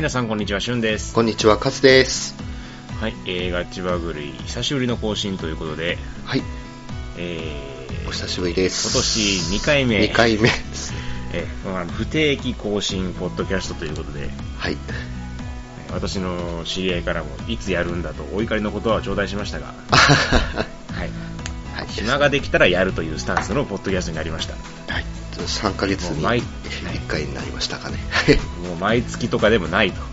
皆さんこんにちは、しゅんです。 こんにちは、かつです。 はい、映画ちばぐるい久しぶりの更新ということで、 はい、お久しぶりです。 今年2回目 2回目ですね。 不定期更新ポッドキャストということで、 はい、 私の知り合いからもいつやるんだとお怒りの言葉を頂戴しましたがはい、はい、暇ができたらやるというスタンスのポッドキャストになりました。はい、 3ヶ月に1回になりましたかね。 もう毎月とかでもないと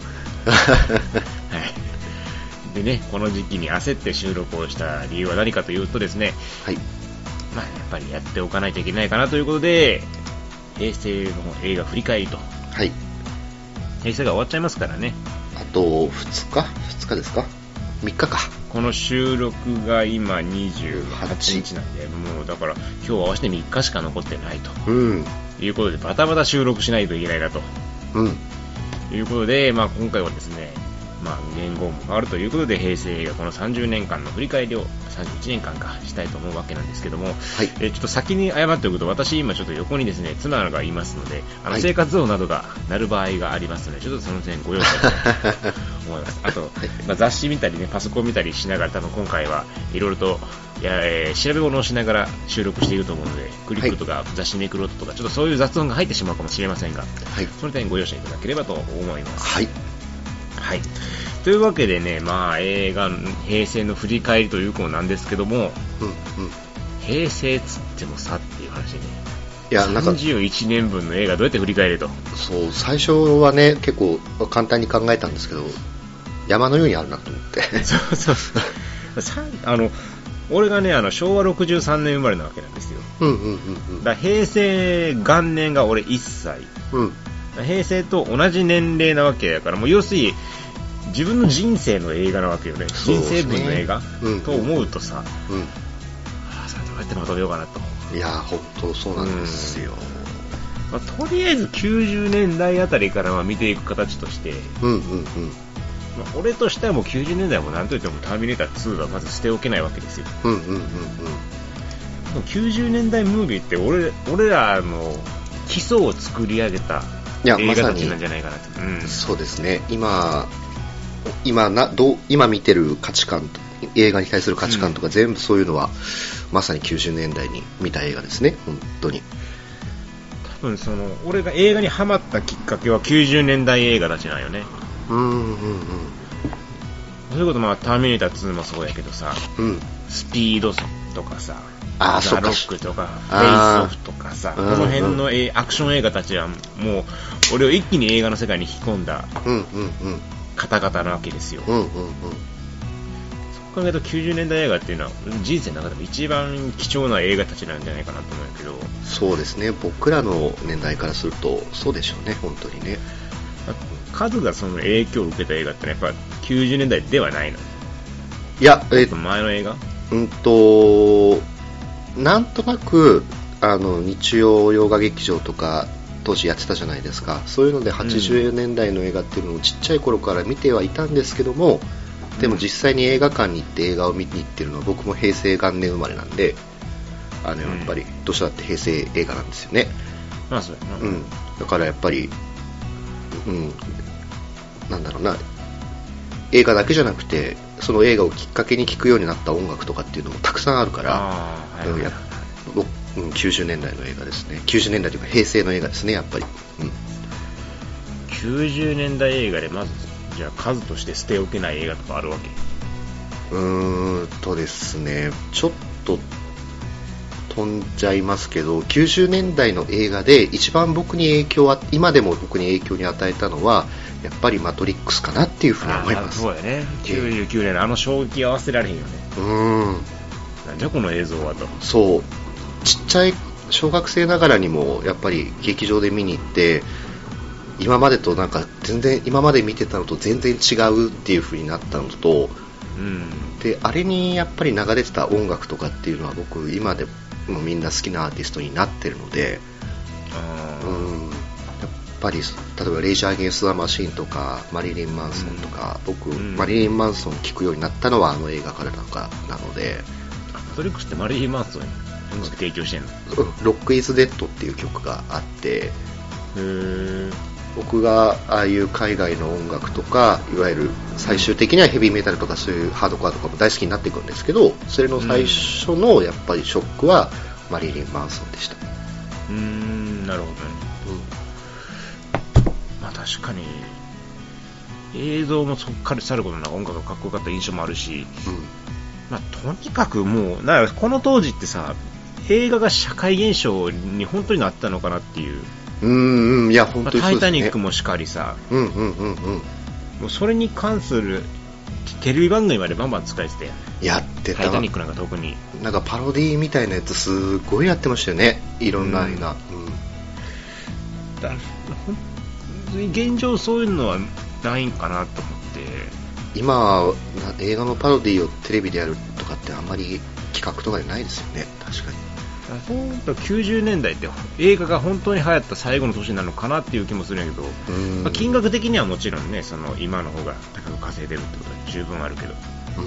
はいでね、この時期に焦って収録をした理由は何かというとですね、はい、まあ、やっぱりやっておかないといけないかなということで、平成の映画振り返りと、はい、平成が終わっちゃいますからね。 あと2日ですか、3日か。 この収録が今28日なんで、もうだから今日合わせて3日しか残ってないと、いうことでバタバタ収録しないといけないなと、いうことで、まあ、今回はですね、まあ、年号も変わるということで平成映画この30年間の振り返りを31年間かしたいと思うわけなんですけども、はい、ちょっと先に謝っておくと、私今ちょっと横にですね妻がいますので、はい、生活音などが鳴る場合がありますので、ちょっとその点ご容赦いただきたいと思いますあと、まあ、雑誌見たりね、パソコン見たりしながら、多分今回はいろいろと調べ物をしながら収録していると思うので、クリックとか雑誌めくる音とか、ちょっとそういう雑音が入ってしまうかもしれませんが、はい、その点ご容赦いただければと思います。はい、はい、というわけでね、まあ、映画平成の振り返りというコーナーなんですけども、平成つってもさっていう話でね、いや、なんか31年分の映画どうやって振り返れと。 そう、最初はね結構簡単に考えたんですけど、山のようにあるなと思ってそう俺がね、昭和63年生まれなわけなんですよ。だ平成元年が俺1歳、平成と同じ年齢なわけだから、もう要するに自分の人生の映画なわけよね。人生分の映画、と思うとさ、それどうやってまとめようかなと。 いや本当そうなんですよ。 まあ、とりあえず90年代あたりから見ていく形として、まあ、俺としてはもう90年代も何といってもターミネーター2はまず捨ておけないわけですよ。90年代ムービーって俺らの基礎を作り上げた映画たちなんじゃないかなと。 そうですね。今見てる価値観、映画に対する価値観とか、全部そういうのはまさに90年代に見た映画ですね。本当に多分俺が映画にハマったきっかけは90年代映画たちなんよね。そういうこと、まあターミネーター2もそうやけどさ、スピードとかさ、ザ・ロックとかフェイスオフとかさ、この辺のアクション映画たちはもう俺を一気に映画の世界に引き込んだ方々なわけですよ。そう考えると90年代映画っていうのは人生の中でも一番貴重な映画たちなんじゃないかなと思うんだけど。 そうですね、僕らの年代からするとそうでしょうね、本当にね。 数がその影響を受けた映画ってのはやっぱ90年代ではないの？ いや、 前の映画？ なんとなく日曜洋画劇場とか当時やってたじゃないですか。そういうので80年代の映画っていうのをちっちゃい頃から見てはいたんですけども、でも実際に映画館に行って映画を見に行ってるのは僕も平成元年生まれなんで、やっぱりどうしたって平成映画なんですよね。 そうやな。 だからやっぱりなんだろうな、映画だけじゃなくてその映画をきっかけに聴くようになった音楽とかっていうのもたくさんあるから、90年代の映画ですね。90年代というか平成の映画ですね、やっぱり。 90年代映画でまずじゃあ数として捨ておけない映画とかあるわけ？ ですね、ちょっと飛んじゃいますけど、90年代の映画で一番今でも僕に影響に与えたのはやっぱりマトリックスかなっていうふうに思います。 そうだね、99年の衝撃合わせられへんよね。なんじゃこの映像はと。そう、 ちっちゃい小学生ながらにもやっぱり劇場で見に行って、今までとなんか今まで見てたのと全然違うっていう風になったのと、であれにやっぱり流れてた音楽とかっていうのは僕今でもみんな好きなアーティストになってるので、やっぱり例えばレイジャー・アゲンスト・ザ・マシーンとかマリリン・マンソンとか、僕、マリリン・マンソン聴くようになったのは映画からなので。 マトリックスってマリリン・マンソンに音楽提供してんの？ ロック・イズ・デッドっていう曲があって、 僕がああいう海外の音楽とか、いわゆる最終的にはヘビーメタルとかそういうハードコアとかも大好きになっていくんですけど、それの最初のやっぱりショックはマリリン・マンソンでした。 なるほどね。まあ確かに映像もそっかりさることなく音楽がかっこよかった印象もあるし、まあとにかくもうだからこの当時ってさ、映画が社会現象に本当になったのかなっていう。 いや本当にそうですね。 タイタニックもしかりさ、もうそれに関するテレビ番組までバンバン使えてたよね。 やってた。 タイタニックなんか特になんかパロディみたいなやつすごいやってましたよね、いろんな映画。 現状そういうのはないんかなと思って。 今映画のパロディをテレビでやるとかってあんまり企画とかでないですよね。確かに 90年代って映画が本当に流行った最後の年なのかなっていう気もするんやけど、まあ、金額的にはもちろんね、その今の方が高く稼いでるってことは十分あるけど、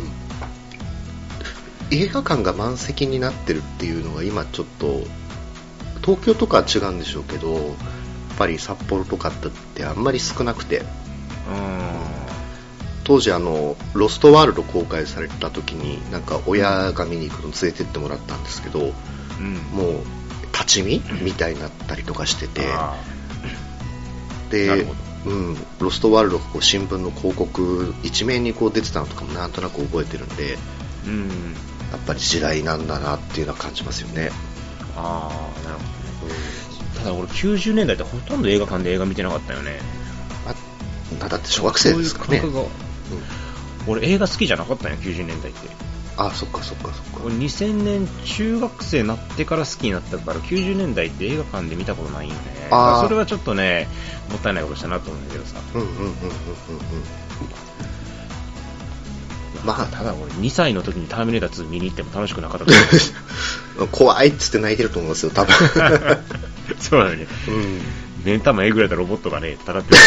映画館が満席になってるっていうのが今ちょっと東京とかは違うんでしょうけど、やっぱり札幌とかってあんまり少なくて、当時ロストワールド公開された時になんか親が見に行くの連れてってもらったんですけど、もう立ち見みたいになったりとかしてて、で、ロストワールドがこう新聞の広告一面にこう出てたのとかもなんとなく覚えてるんで、やっぱり時代なんだなっていうのは感じますよね。 なるほどね。ただ俺90年代ってほとんど映画館で映画見てなかったよね。 だって小学生ですかね。 俺映画好きじゃなかったんや、90年代って。 そっか俺2000年中学生になってから好きになったから90年代って映画館で見たことないよね。それはちょっとねもったいないことしたなと思うんだけどさ。まあただ俺2歳の時にターミネーター2見に行っても楽しくなかったと思う。怖いっつって泣いてると思うんですよ多分。 そうだよね。目ん玉えぐられたロボットがねただってる。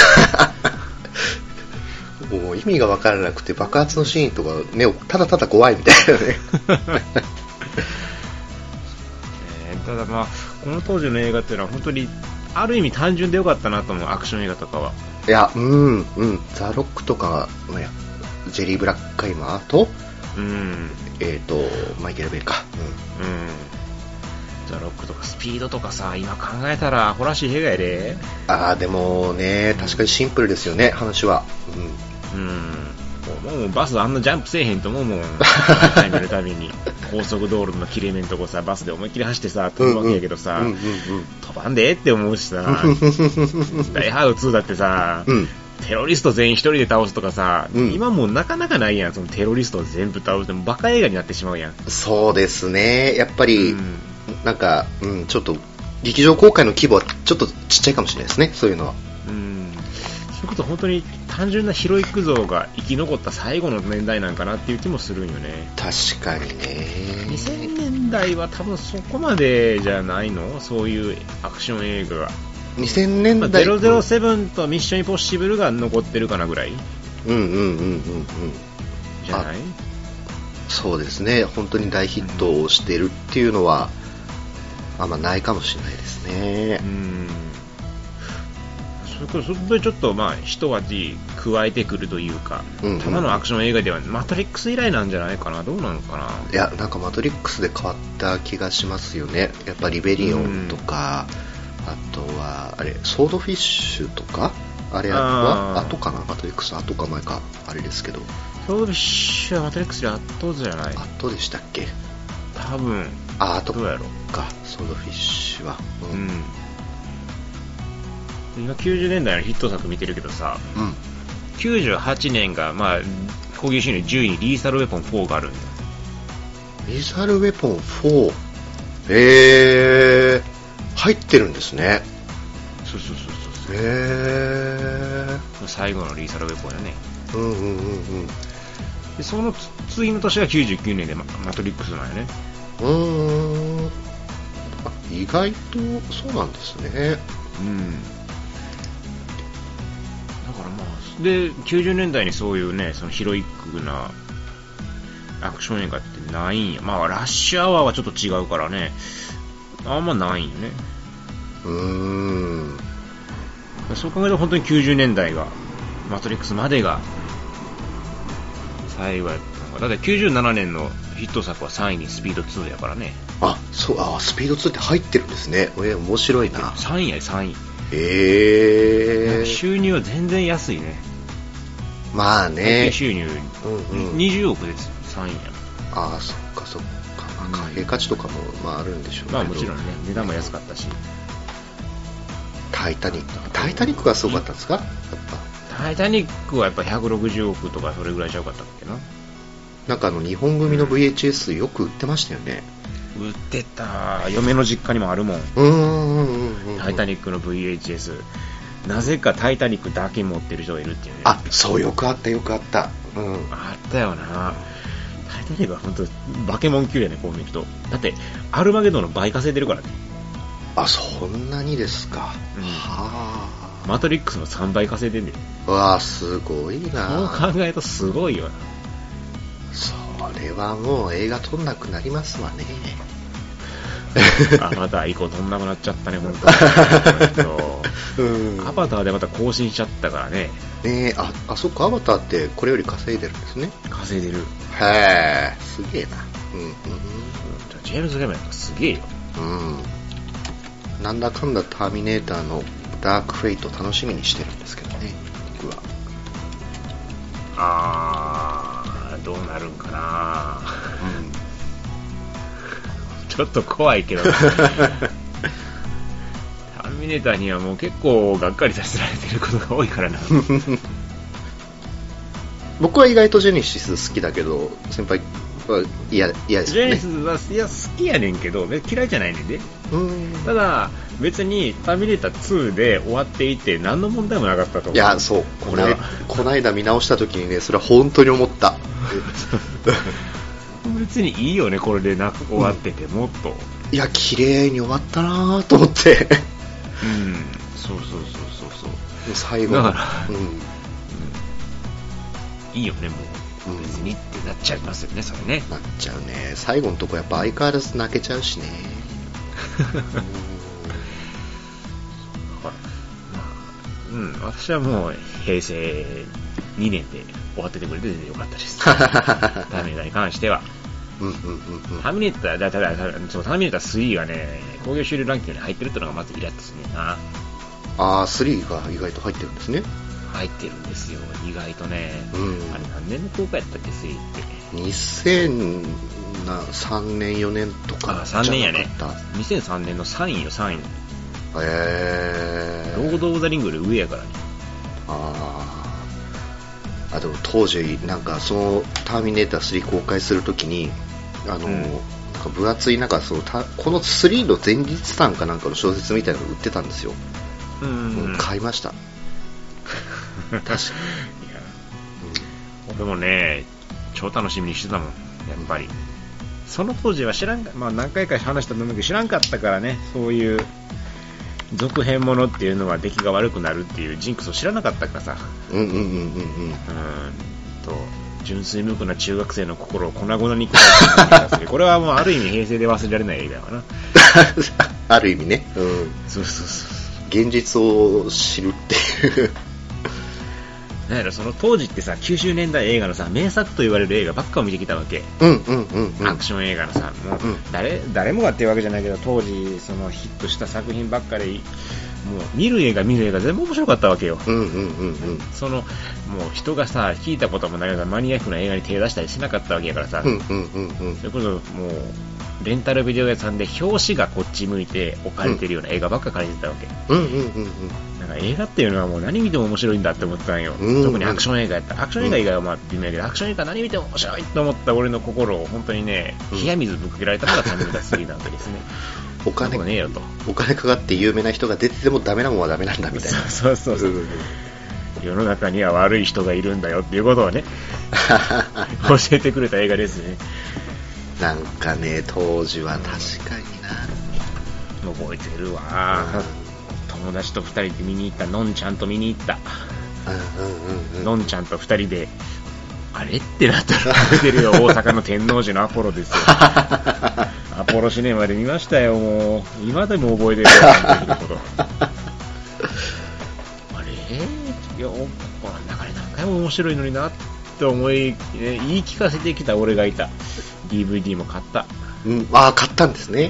もう意味が分からなくて爆発のシーンとかね、ただただ怖いみたいなね。 ただまあこの当時の映画っていうのは本当にある意味単純でよかったなと思う、アクション映画とかは。 いやザ・ロックとかジェリー・ブラッカイマーとマイケル・ベイか。 ザ・ロックとかスピードとかさ、今考えたらアホらしい映画やで。 でもね、確かにシンプルですよね、話は。 もうバスあんなジャンプせえへんと思うもん。タイムのたびに高速道路の切れ目のとこさ、バスで思いっきり走ってさ飛ぶわけやけどさ、飛ばんでって思うしさ。ダイハード2だってさ、テロリスト全員一人で倒すとかさ、今もうなかなかないやん。そのテロリストを全部倒してもバカ映画になってしまうやん。 そうですね、やっぱり、なんか、ちょっと劇場公開の規模はちょっとちっちゃいかもしれないですね、そういうのは。 そういうこと本当に単純なヒロイック像が生き残った最後の年代なんかなっていう気もするんよね。 確かにね。 2000年代は多分そこまでじゃないの、そういうアクション映画が。 2000年代、 007とミッションインポッシブルが残ってるかなぐらい。じゃない？ そうですね、本当に大ヒットをしてるっていうのはあんまないかもしれないですね。 それちょっとまあ一味加えてくるというか、ただのアクション映画ではマトリックス以来なんじゃないかな。どうなのかな。 いや、なんかマトリックスで変わった気がしますよね。やっぱリベリオンとか、あとはあれソードフィッシュとか、あれは後かな、マトリックス後か前かあれですけど。 ソードフィッシュはマトリックスで後じゃない？ 後でしたっけ？ 多分。 後どうやろうか、ソードフィッシュは。 今90年代のヒット作見てるけどさ、98年がまあ興行収入10位にリーサルウェポン4があるんだ。 リーサルウェポン4、入ってるんですね。 そう。最後のリーサルウェポンやね。でその次の年が99年でマトリックスなんやね。 意外とそうなんですね。 だからまあで90年代にそういうね、そのヒロイックなアクション映画ってないんや。まあラッシュアワーはちょっと違うからね、あんまないんよね。 そう考えると本当に90年代がマトリックスまでが最後やったのか。だって97年のヒット作は3位にスピード2やからね。 スピード2って入ってるんですね。面白いな。 3位や3位。収入は全然安いね。 まあね。 収入、20億です3位や。 そっかそっか。貨幣価値とかもあるんでしょうけど。 もちろんね、値段も安かったし。 タイタニックがすごかったんですか？やっぱタイタニックはやっぱ160億とかそれぐらいちゃうかったっけな。 なんか日本組の VHS よく売ってましたよね。 売ってた。嫁の実家にもあるもん。タイタニックの VHS。なぜかタイタニックだけ持ってる人がいるっていうね。 そう、よくあった。 あったよな。タイタニックは本当バケモン級やね、こう見ると。だってアルマゲドンの倍稼いでるからね。 そんなにですか。 マトリックスの3倍稼いでんねん。すごいな。 そう考えるとすごいよな。 それはもう映画撮んなくなりますわね。 また以降撮んなくなっちゃったね、本当に。アバターでまた更新しちゃったからね。 そっか、アバターってこれより稼いでるんですね。 稼いでる。 へー、すげえな。 ジェームズ・キャメロンすげえよ。 なんだかんだターミネーターのダークフェイト楽しみにしてるんですけどね、僕は。 どうなるんかな。ちょっと怖いけどターミネーターにはもう結構がっかりさせられてることが多いからな。 僕は意外とジェネシス好きだけど、先輩は嫌ですよね。 ジェネシスは好きやねんけど嫌いじゃないねんで。ただ別にターミネーター2で終わっていて何の問題もなかったと思う。 そう、この間見直した時にね、それは本当に思った。 別にいいよね、これで終わってて、もっと綺麗に終わったなと思って。 そう最後だから、いいよね、もう別にってなっちゃいますよね、それね。 なっちゃうね。最後のとこやっぱ相変わらず泣けちゃうしね。 私はもう平成2年で終わっててくれて全然良かったです。ターミネーターに関しては。ターミネーター3がね、興行収入ランキングに入ってるってのがまずイラッとするねんな。 3が意外と入ってるんですね。 入ってるんですよ、意外とね。あれ何年の公開やったっけ、3って。 2003年4年とかじゃなかった。 3年やね。2003年の3位よ、3位。ロード・オブ・ザ・リングより上やからね。 でも当時なんかそのターミネーター3公開するときになんか分厚いこの3の前日譚かなんかの小説みたいなの売ってたんですよ。買いました。確かに。 俺もね超楽しみにしてたもん、やっぱり。その当時は知らんか、何回か話したと思うけど知らんかったからね、そういう続編ものっていうのは出来が悪くなるっていうジンクスを知らなかったからさ。純粋無垢な中学生の心を粉々に砕いた気がする。これはもうある意味平成で忘れられない映画だな。 ある意味ね。 そう現実を知るっていう。 なんやろ、その当時ってさ、90年代映画のさ名作と言われる映画ばっかを見てきたわけ。アクション映画のさ、もう誰もがっていうわけじゃないけど、当時そのヒットした作品ばっかり、もう見る映画全部面白かったわけよ。そのもう人がさ聞いたこともないようなマニアックな映画に手出したりしなかったわけやからさ。それこそもうレンタルビデオ屋さんで表紙がこっち向いて置かれてるような映画ばっか借りてたわけ。なんか映画っていうのはもう何見ても面白いんだって思ったんよ。特にアクション映画やったら。アクション映画以外は微妙やけど、アクション映画何見ても面白いと思った俺の心を本当にね、冷や水ぶっかけられたのがターミネーター3なわけですね。お金かかって有名な人が出ててもダメなもんはダメなんだみたいな。 世の中には悪い人がいるんだよっていうことをね教えてくれた映画ですね。 なんかね、当時は確かにな。 覚えてるわ。友達と2人で見に行った。のんちゃんと見に行った。のんちゃんと2人であれってなったら覚えてるよ。大阪の天王寺のアポロですよ。アポロシネマで見ましたよ。もう今でも覚えてるよ、あの時のこと。 いや、ここの中で何回も面白いのになって思い、言い聞かせてきた俺がいた。DVD も買った。 買ったんですね。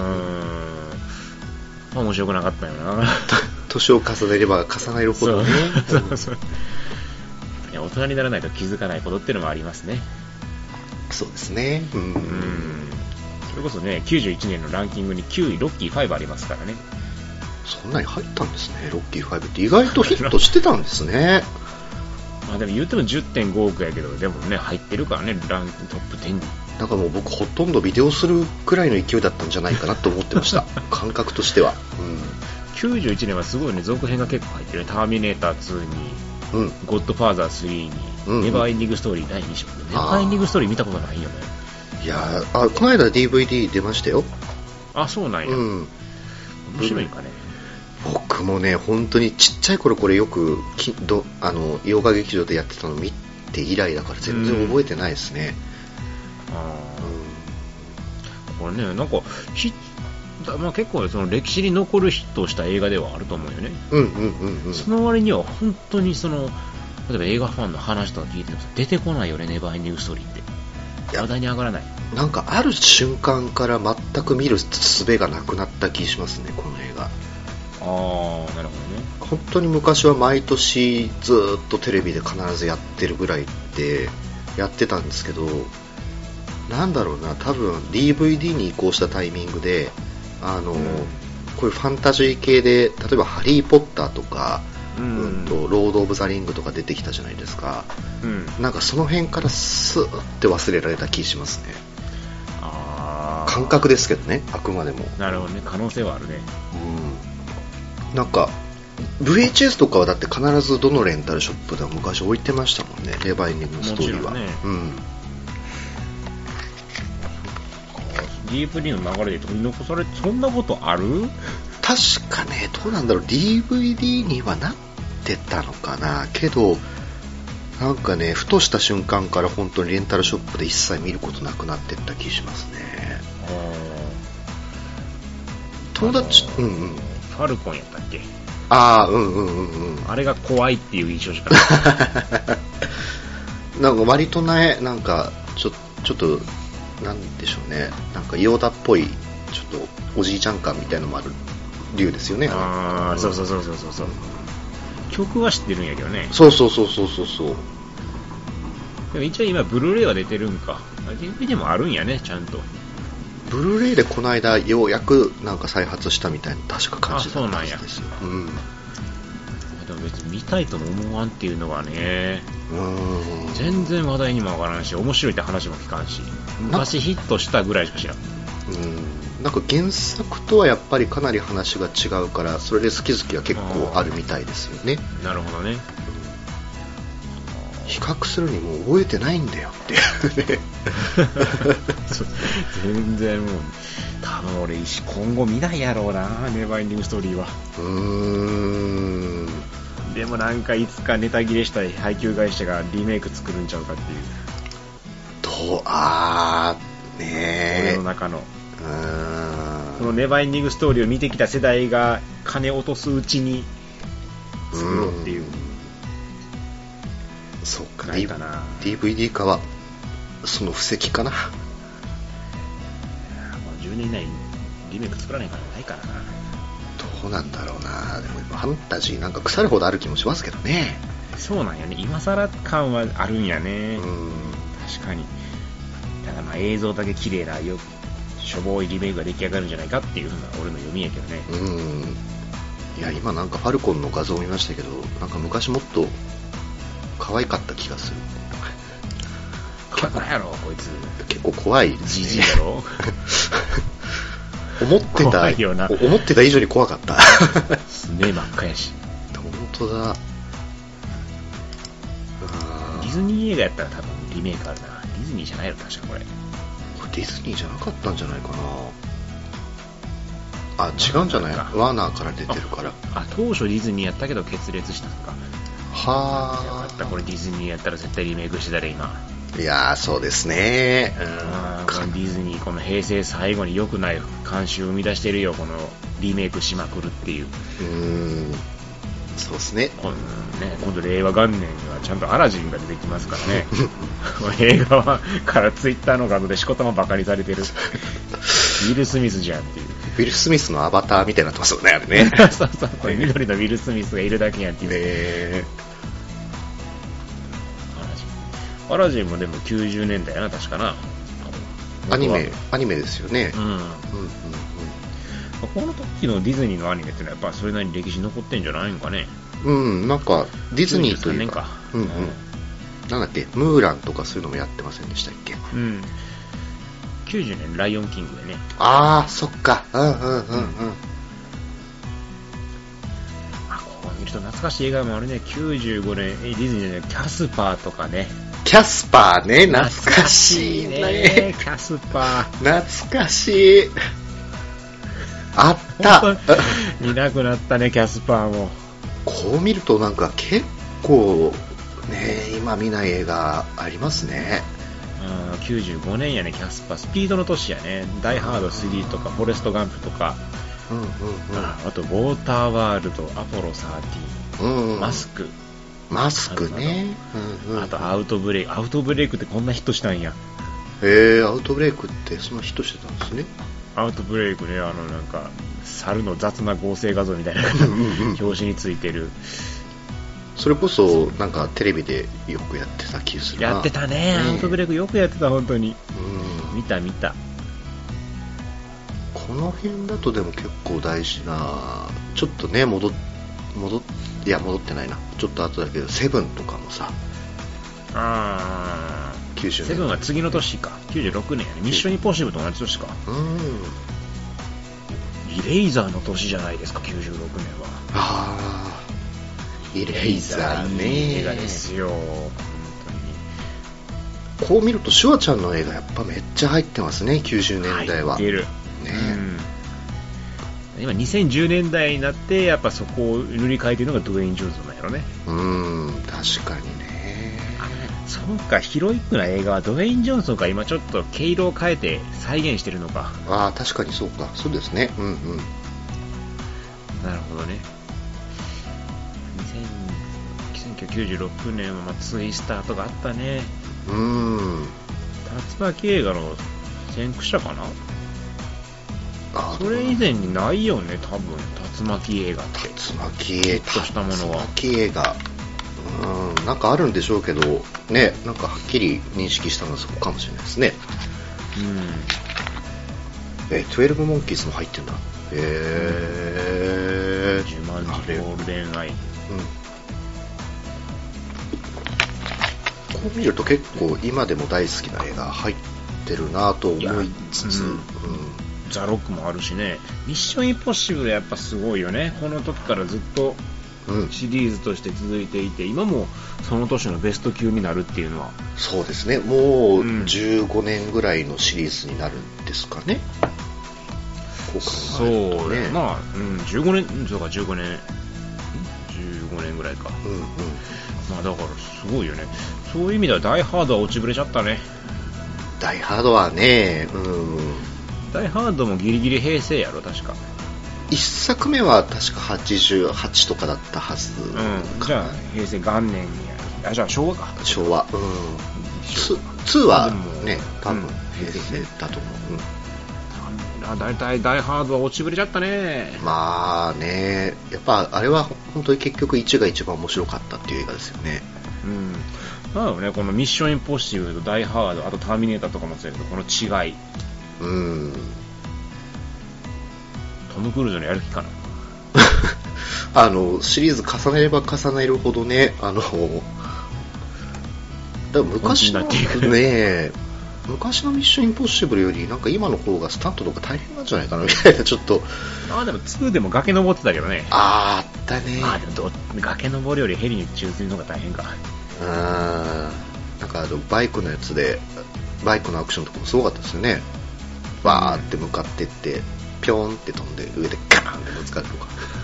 面白くなかったよな。 年を重ねれば重ねるほどね。 そう大人にならないと気づかないことっていうのもありますね。 そうですね。 それこそね、91年のランキングに9位ロッキー5ありますからね。 そんなに入ったんですね。ロッキー5って意外とヒットしてたんですね。 まあでも言っても 10.5 億やけど、でもね入ってるからね、ランキングトップ10に。 なんかもう僕ほとんどビデオするくらいの勢いだったんじゃないかなと思ってました。感覚としては。 91年はすごいね、続編が結構入ってるね。ターミネーター2に、ゴッドファーザー3に、ネバーエンディングストーリー第2章。ネバーエンディングストーリー見たことないよね。 いやこの間 DVD 出ましたよ。 そうなんや。面白いんかね。 僕もね、本当にちっちゃい頃これよく洋画劇場でやってたの見て以来だから全然覚えてないですね。 これね、なんか結構その歴史に残るヒットをした映画ではあると思うよね。その割には本当に例えば映画ファンの話とか聞いても出てこないよね、ネバーエンディングストーリーって。話題に上がらない。 なんかある瞬間から全く見る術がなくなった気しますね、この映画。 なるほどね。 本当に昔は毎年ずっとテレビで必ずやってるぐらいってやってたんですけど、なんだろうな、多分 DVD に移行したタイミングでこういうファンタジー系で、例えばハリーポッターとか、ロードオブザリングとか出てきたじゃないですか。なんかその辺からスーって忘れられた気しますね。感覚ですけどね、あくまでも。 なるほどね、可能性はあるね。 なんか VHS とかはだって必ずどのレンタルショップでも昔置いてましたもんね、ネバーエンディングストーリーは。 DVD の流れで取り残されて、そんなことある？ 確かね、どうなんだろう、 DVD にはなってたのかな。けどなんかね、ふとした瞬間から本当にレンタルショップで一切見ることなくなってった気しますね。友達ファルコンやったっけ？ あれが怖いっていう印象しかない。 なんか割とね、なんかちょっとなんでしょうね、なんかヨーダっぽいちょっとおじいちゃん感みたいなのもある竜ですよね。 そう曲は知ってるんやけどね。 そうでも一応今ブルーレイは出てるんか。 DVD もあるんやね、ちゃんと。 ブルーレイでこの間ようやくなんか再発したみたいな確か感じだったんですよ。 でも別に見たいとも思わんっていうのがね、全然話題にも上がらんし、面白いって話も聞かんし、昔ヒットしたぐらいしか知らん。 なんか原作とはやっぱりかなり話が違うから、それで好き好きは結構あるみたいですよね。 なるほどね。 比較するにもう覚えてないんだよっていうね。 全然もう多分俺今後見ないやろうな、ネバーエンディングストーリーは。でもなんかいつかネタ切れしたい配給会社がリメイク作るんちゃうかっていう。俺の中のこのネバーエンディングストーリーを見てきた世代が金落とすうちに作ろうっていう。 そうか、DVD 化はその布石かな。 10年以内にリメイク作らないからないからな。 どうなんだろうな。でもファンタジーなんか腐るほどある気もしますけどね。 そうなんやね、今更感はあるんやね。確かに。ただ映像だけ綺麗なしょぼいリメイクが出来上がるんじゃないかっていうのが俺の読みやけどね。 いや今なんかファルコンの画像を見ましたけど、なんか昔もっと可愛かった気がする。 何やろこいつ。 結構怖いですね。 ジジイだろ。 思ってた以上に怖かった。 すね真っ赤やし。 本当だ。 ディズニー映画やったら多分リメイクあるな。ディズニーじゃないの確かこれ。 ディズニーじゃなかったんじゃないかな。違うんじゃない。ワーナーから出てるから。 当初ディズニーやったけど決裂したのか。よかった、これディズニーやったら絶対リメイクしてたら今。 いやーそうですね。 このディズニーこの平成最後に良くない慣習を生み出してるよ、このリメイクしまくるっていう。 そうですね。 今度令和元年にはちゃんとアラジンが出てきますからね。映画はからツイッターの画像でしこたまバカにされてる。ウィル・スミスじゃんっていう。 ウィル・スミスのアバターみたいになってますよね、あれね。 そうそうそう、緑のウィル・スミスがいるだけやんっていう。アラジンもでも90年代やな、確かな。 アニメですよね。 この時のディズニーのアニメってのはやっぱそれなりに歴史残ってんじゃないのかね。 なんかディズニーというか、なんだっけ、ムーランとかそういうのもやってませんでしたっけ。 90年ライオンキングでね。 ああ、そっか。こう見ると懐かしい映画もあるね。95年ディズニーでキャスパーとかね。 キャスパーね、懐かしいね。 キャスパー懐かしい。あった見なくなったね、キャスパーも。 こう見るとなんか結構ね、今見ない映画ありますね。 95年やね、キャスパー。スピードの年やね。ダイハード3とかフォレストガンプとか、あとウォーターワールド、アポロ13、マスクね。あとアウトブレイク。アウトブレイクってこんなヒットしたんや。 アウトブレイクってそんなヒットしてたんですね。 アウトブレイクね、なんか猿の雑な合成画像みたいな表紙についてる。 それこそなんかテレビでよくやってた気がするな。 やってたね、アウトブレイクよくやってた、本当に。見た。 この辺だとでも結構大事な、ちょっとね戻ってないな、ちょっと後だけど、セブンとかもさ、90年。 セブンは次の年か、96年やね。ミッションインポッシブルと同じ年か。イレイザーの年じゃないですか、96年は。 イレイザーね、 映画ですよ、本当に。こう見るとシュワちゃんの映画やっぱめっちゃ入ってますね、90年代は。 入ってるね。今2010年代になってやっぱそこを塗り替えてるのがドウェイン・ジョーンズなんやろね。 確かにね。 そうか、ヒロイックな映画はドウェイン・ジョンソンが今ちょっと毛色を変えて再現してるのか。 確かにそうか、そうですね。 なるほどね。1996年はツイスターとかあったね。竜巻映画の先駆者かな。それ以前にないよね、多分竜巻映画って。 竜巻映画、 としたものは。 竜巻映画、なんかあるんでしょうけどね、なんかはっきり認識したのはそこかもしれないですね。12モンキーズも入ってんだ。 ジュマンジゴールデンアイ。 こう見ると結構今でも大好きな映画入ってるなと思いつつ、 ザ・ロックもあるしね。ミッションインポッシブルやっぱすごいよね。この時からずっとシリーズとして続いていて、今もその年のベスト級になるっていうのは。 そうですね、もう15年ぐらいのシリーズになるんですかね。 そうね、15年そうか、15年ぐらいか。だからすごいよね。そういう意味ではダイハードは落ちぶれちゃったね。 ダイハードはね、 ダイハードもギリギリ平成やろ、確か。 1作目は確か88とかだったはず、 じゃあ平成元年にじゃあ昭和か。 昭和。2はね、多分平成だと思う。 だいたいダイハードは落ちぶれちゃったね。 まあね、やっぱあれは本当に結局1が一番面白かったっていう映画ですよね。 なのね、このミッションインポッシブルとダイハード、あとターミネーターとかもそうやけど、この違い。トム・クルーズのやる気かな。 シリーズ重ねれば重ねるほどね、だ昔のね、昔のミッションインポッシブルよりなんか今の方がスタントとか大変なんじゃないかなみたいな、ちょっと。 でも2でも崖登ってたけどね。 あったね。 でも崖登るよりヘリに宙吊りの方が大変か。 なんかバイクのやつで、バイクのアクションとかもすごかったですよね。バーって向かってってピョーンって飛んで上でガーンってぶつかるとか。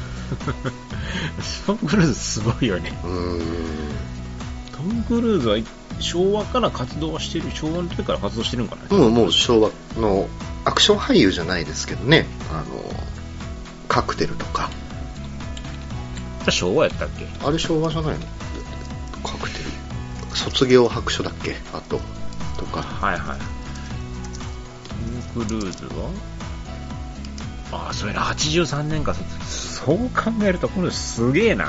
トム・クルーズすごいよね。トム・クルーズは昭和から活動はしてる、昭和の時から活動してるんかな。 もう昭和のアクション俳優じゃないですけどね、カクテルとかれ昭和やったっけ？ あれ昭和じゃないの？カクテル卒業白書だっけ？あととか。 はいはい。トム・クルーズはそれな、83年か。そう考えるとこれすげえな。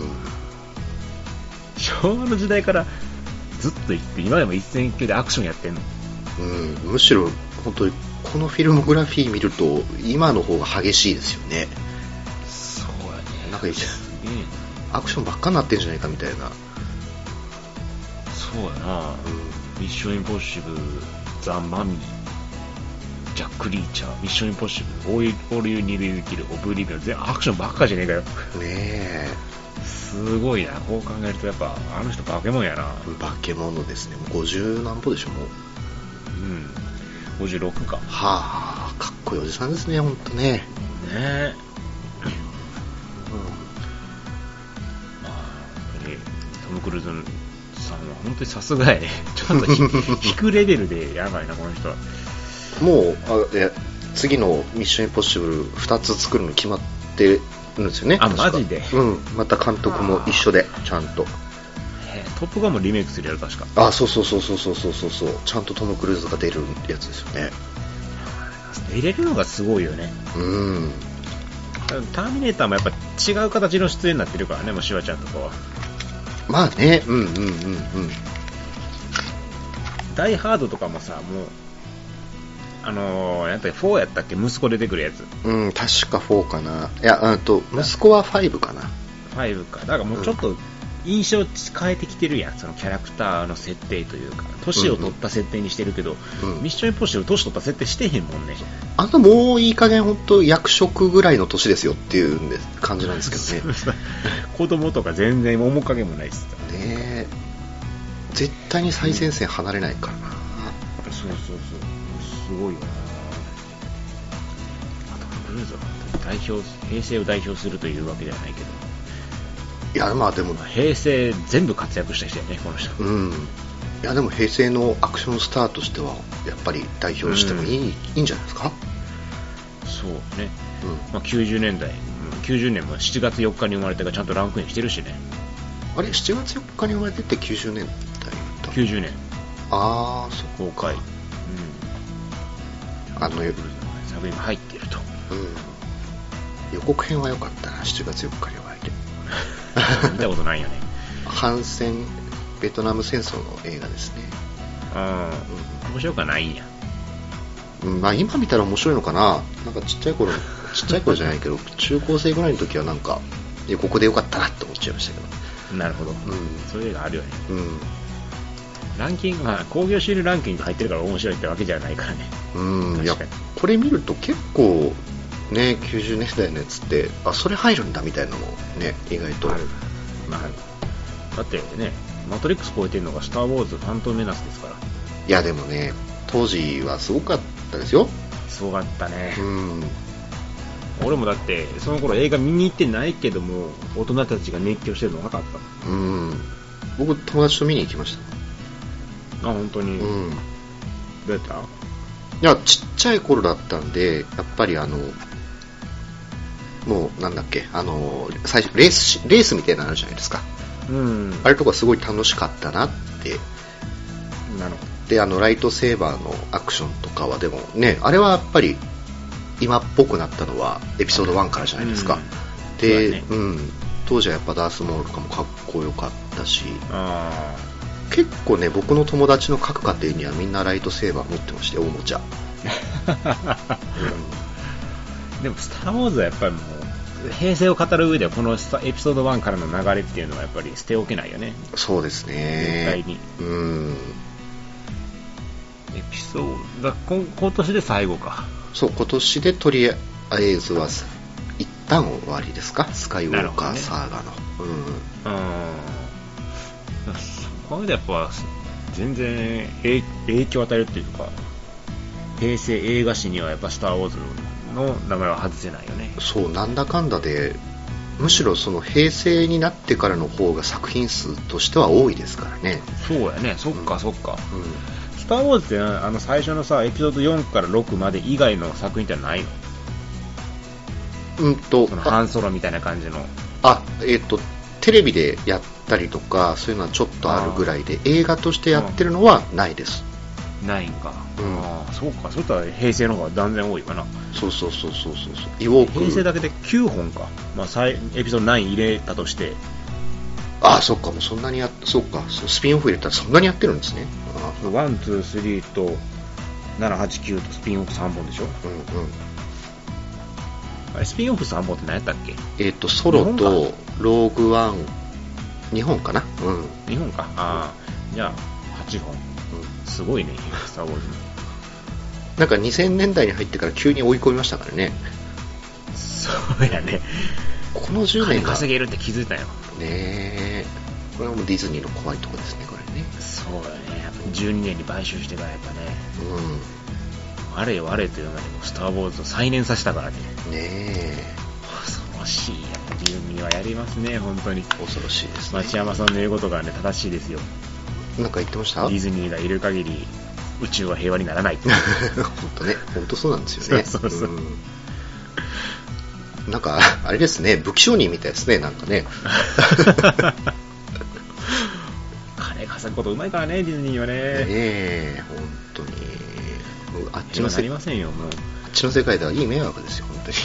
昭和の時代からずっと行って今でも一線一級でアクションやってんの。 むしろ本当にこのフィルモグラフィー見ると今の方が激しいですよね。 そうやね。 なんかアクションばっかになってんじゃないかみたいな。 そうやな。ミッションインポッシブル、ザ・マミー、ジャック・リーチャー、ミッションインポッシブル、オール・ユー・ニード・ユー・キル、オブリビオン、全部アクションばっかじゃねえかよ。ねえ。 すごいな。こう考えるとやっぱあの人化け物やな。 化け物ですね。もう50何歩でしょもう。56か。 はあ、かっこいいおじさんですね、ほんとね。 ねえ。まあトム・クルーズさんは本当にさすがやね。ちょっと引くレベルでやばいなこの人は。 もう次のミッションインポッシブル2つ作るの決まってるんですよね。 マジで？ また監督も一緒でちゃんと。 トップガンもリメイクするやろ確か。 そうちゃんとトム・クルーズが出るやつですよね。 出れるのがすごいよね。ターミネーターもやっぱ違う形の出演になってるからね、もうシュワちゃんとかは。 まあね。 ダイハードとかもさ、もうやっぱり4やったっけ、息子出てくるやつ。 確か4かな。いや、息子は5かな。 5か。だからもうちょっと印象変えてきてるやん、そのキャラクターの設定というか、年を取った設定にしてるけど、ミッションインポッシブル年取った設定してへんもんね。 もういい加減本当役職ぐらいの年ですよっていう感じなんですけどね。 子供とか全然面影もないっすね。絶対に最前線離れないからな。 そうすごいよな。クルーズは平成を代表するというわけではないけど、 いやまあでも平成全部活躍した人やねこの人。 いやでも平成のアクションスターとしてはやっぱり代表してもいいんじゃないですか。 そうね。90年代、90年も7月4日に生まれてがちゃんとランクインしてるしね。あれ 7月4日に生まれてって90年代だ。 90年。 そう公開。作品入ってると。 予告編は良かったな。7月4日に生まれて。 見たことないよね。 反戦ベトナム戦争の映画ですね。 面白くはないんや。 今見たら面白いのかな。なんかちっちゃい頃じゃないけど中高生ぐらいの時はなんかここで良かったなって思っちゃいましたけど。 なるほど。そういう映画あるよね。ランキングは興行収入ランキング入ってるから面白いってわけじゃないからね。 いやこれ見ると結構ね、90年代のやつってそれ入るんだみたいなのもね意外とある。 だってね、マトリックス超えてるのがスター・ウォーズ・ファントム・メナスですから。 いやでもね当時はすごかったですよ。 すごかったね。俺もだってその頃映画見に行ってないけども大人たちが熱狂してるの分かったもん。 僕友達と見に行きました。 本当に。どうやった？ いやちっちゃい頃だったんでやっぱりもうなんだっけ最初レースみたいなのあるじゃないですか。あれとかすごい楽しかったなって。 なるほど。 でライトセーバーのアクションとかはでもねあれはやっぱり今っぽくなったのはエピソード1からじゃないですか。で、当時はやっぱダースモールとかもかっこよかったし、結構ね僕の友達の各家庭にはみんなライトセーバー持ってましておもちゃ。 でもスター・ウォーズはやっぱりもう平成を語る上ではこのエピソード1からの流れっていうのはやっぱり捨ておけないよね。 そうですね。 絶対に。エピソード今年で最後か。 そう今年でとりあえずは一旦終わりですか。スカイウォーカーサーガの。 そこでやっぱ全然影響を与えるっていうか平成映画史にはやっぱスター・ウォーズの名前は外せないよね。 そうなんだかんだでむしろその平成になってからの方が作品数としては多いですからね。 そうやね。そっか。スター・ウォーズって最初のさエピソード4から6まで以外の作品ってないの？そのハンソロみたいな感じのテレビでやったりとかそういうのはちょっとあるぐらいで、映画としてやってるのはないです。 ないんか。そうか。そういったら平成の方が断然多いかな。 そう。平成だけで9本か。まあエピソード9入れたとして。 そっか、もうそんなにそうか、スピンオフ入れたらそんなにやってるんですね。 1、2、3と7、8、9とスピンオフ3本でしょ。あれスピンオフ3本って何やったっけ？ ソロとローグワン2本かな。 2本か。じゃあ8本。すごいね、スター・ウォーズ。 なんか2000年代に入ってから急に追い込みましたからね。 そうやね。 この10年が稼げるって気づいたよね。これはもうディズニーの怖いところですね、これね。 そうだね。やっぱ12年に買収してからやっぱね、あれよあれというのがスター・ウォーズを再燃させたからね。恐ろしい。やっぱディズニーはやりますね、本当に。 恐ろしいですね。 町山さんの言うことがね、正しいですよ。 なんか言ってました？ ディズニーがいる限り宇宙は平和にならない。 本当ね、本当そうなんですよね。そう。なんかあれですね、武器商人みたいですね、なんかね。 金稼ぐことうまいからね、ディズニーはね。 本当に。もうあっちのなりませんよ、もう。 あっちの世界ではいい迷惑ですよ、本当に。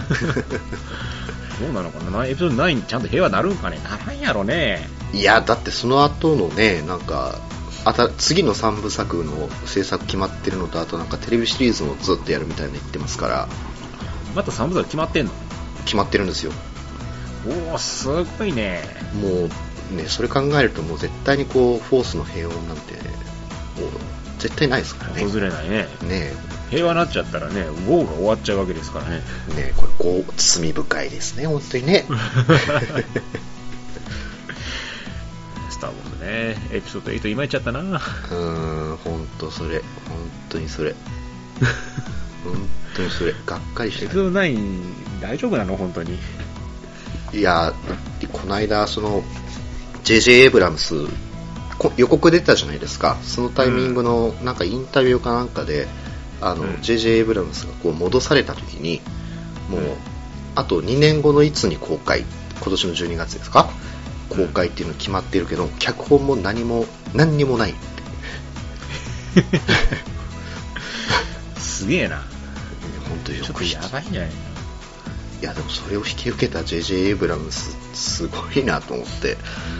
どうなのかな、エピソード9ちゃんと平和なるんかね、ならんやろね。 いや、だってその後のね、なんか次の3部作の制作決まってるのと、あとなんかテレビシリーズもずっとやるみたいな言ってますから。 また3部作決まってんの？ 決まってるんですよ。 おー、すごいね。 もうね、それ考えるともう絶対にこうフォースの平穏なんてもう絶対ないですからね。 訪れないね。平和になっちゃったらね、ウォーが終わっちゃうわけですからね。 これ罪深いですね、本当にね。 スター・ウォーズね、エピソード8今言っちゃったな。 本当それ、本当にそれ。本当にそれ、がっかりした。 エピソード9大丈夫なの本当に。 いや、この間その J.J. エイブラムス予告出てたじゃないですか。そのタイミングのなんかインタビューかなんかで、J.J. エイブラムスがこう戻された時に、もうあと2年後のいつに公開、今年の12月ですか、公開っていうの決まってるけど、脚本も何にもないって。 すげえな。 本当によくちょっとやばいんじゃないの。 いやでもそれを引き受けた J.J. エイブラムスすごいなと思って。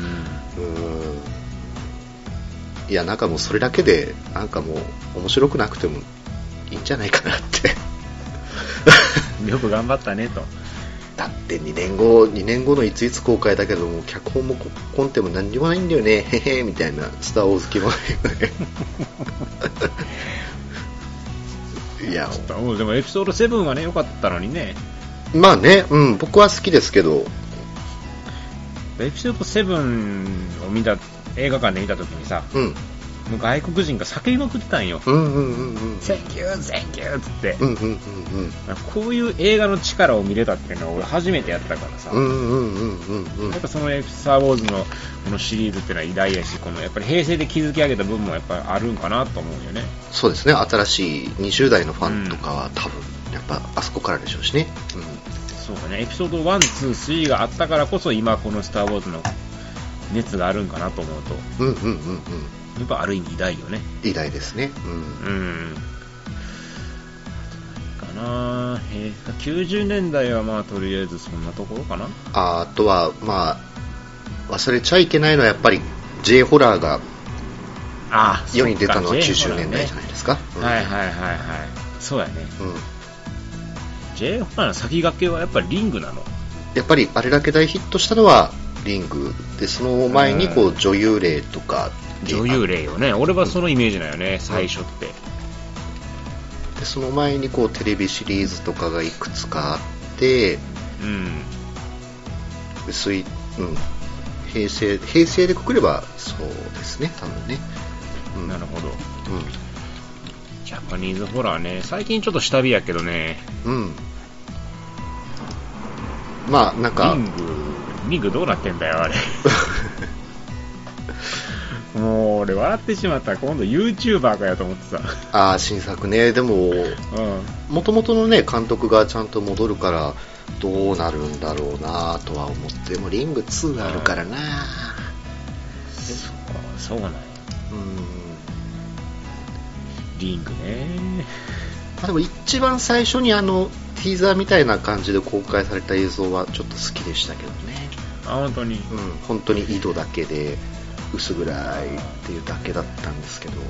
いや、なんかもうそれだけでなんかもう面白くなくてもいいんじゃないかなって。 よく頑張ったねと。 だって2年後のいついつ公開だけども、脚本もコンテも何にもないんだよね、へへみたいなスター・ウォーズ気もないよね。いや、 でもエピソード7はね良かったのにね。 まあね、僕は好きですけど、 エピソード7を見た映画館で見た時にさ、もう外国人が叫びまくってたんよ。センキューセンキューっつって、こういう映画の力を見れたっていうのは俺初めてやったからさ、やっぱそのスター・ウォーズのこのシリーズっていうのは偉大やし、このやっぱり平成で築き上げた部分もやっぱりあるんかなと思うよね。 そうですね、新しい20代のファンとかは多分やっぱあそこからでしょうしね。 そうかね、エピソード1、2、3があったからこそ今このスター・ウォーズの熱があるんかなと思うと、やっぱある意味偉大よね。 偉大ですね。 かな。90年代はまあとりあえずそんなところかな。 あとはまあ忘れちゃいけないのはやっぱり J ホラーが世に出たのは90年代じゃないですか。 そうやね。J ホラーの先駆けはやっぱりリングなの。 やっぱりあれだけ大ヒットしたのはリングで、その前にこう女優霊とか、 女優霊よね。俺はそのイメージだよね、最初って。 でその前にこうテレビシリーズとかがいくつかあって、平成でくくればそうですね、多分ね。 なるほど。ジャパニーズホラーね、最近ちょっと下火やけどね。 まあなんかリングどうなってんだよあれ。もう俺笑ってしまった。今度 YouTuber かやと思ってさ。 新作ね。でも元々のね監督がちゃんと戻るからどうなるんだろうなとは思って、もリング2があるからな。 そうなんや。リングね。 でも一番最初にティーザーみたいな感じで公開された映像はちょっと好きでしたけどね。 本当に、 本当に井戸だけで薄暗いっていうだけだったんですけど、こ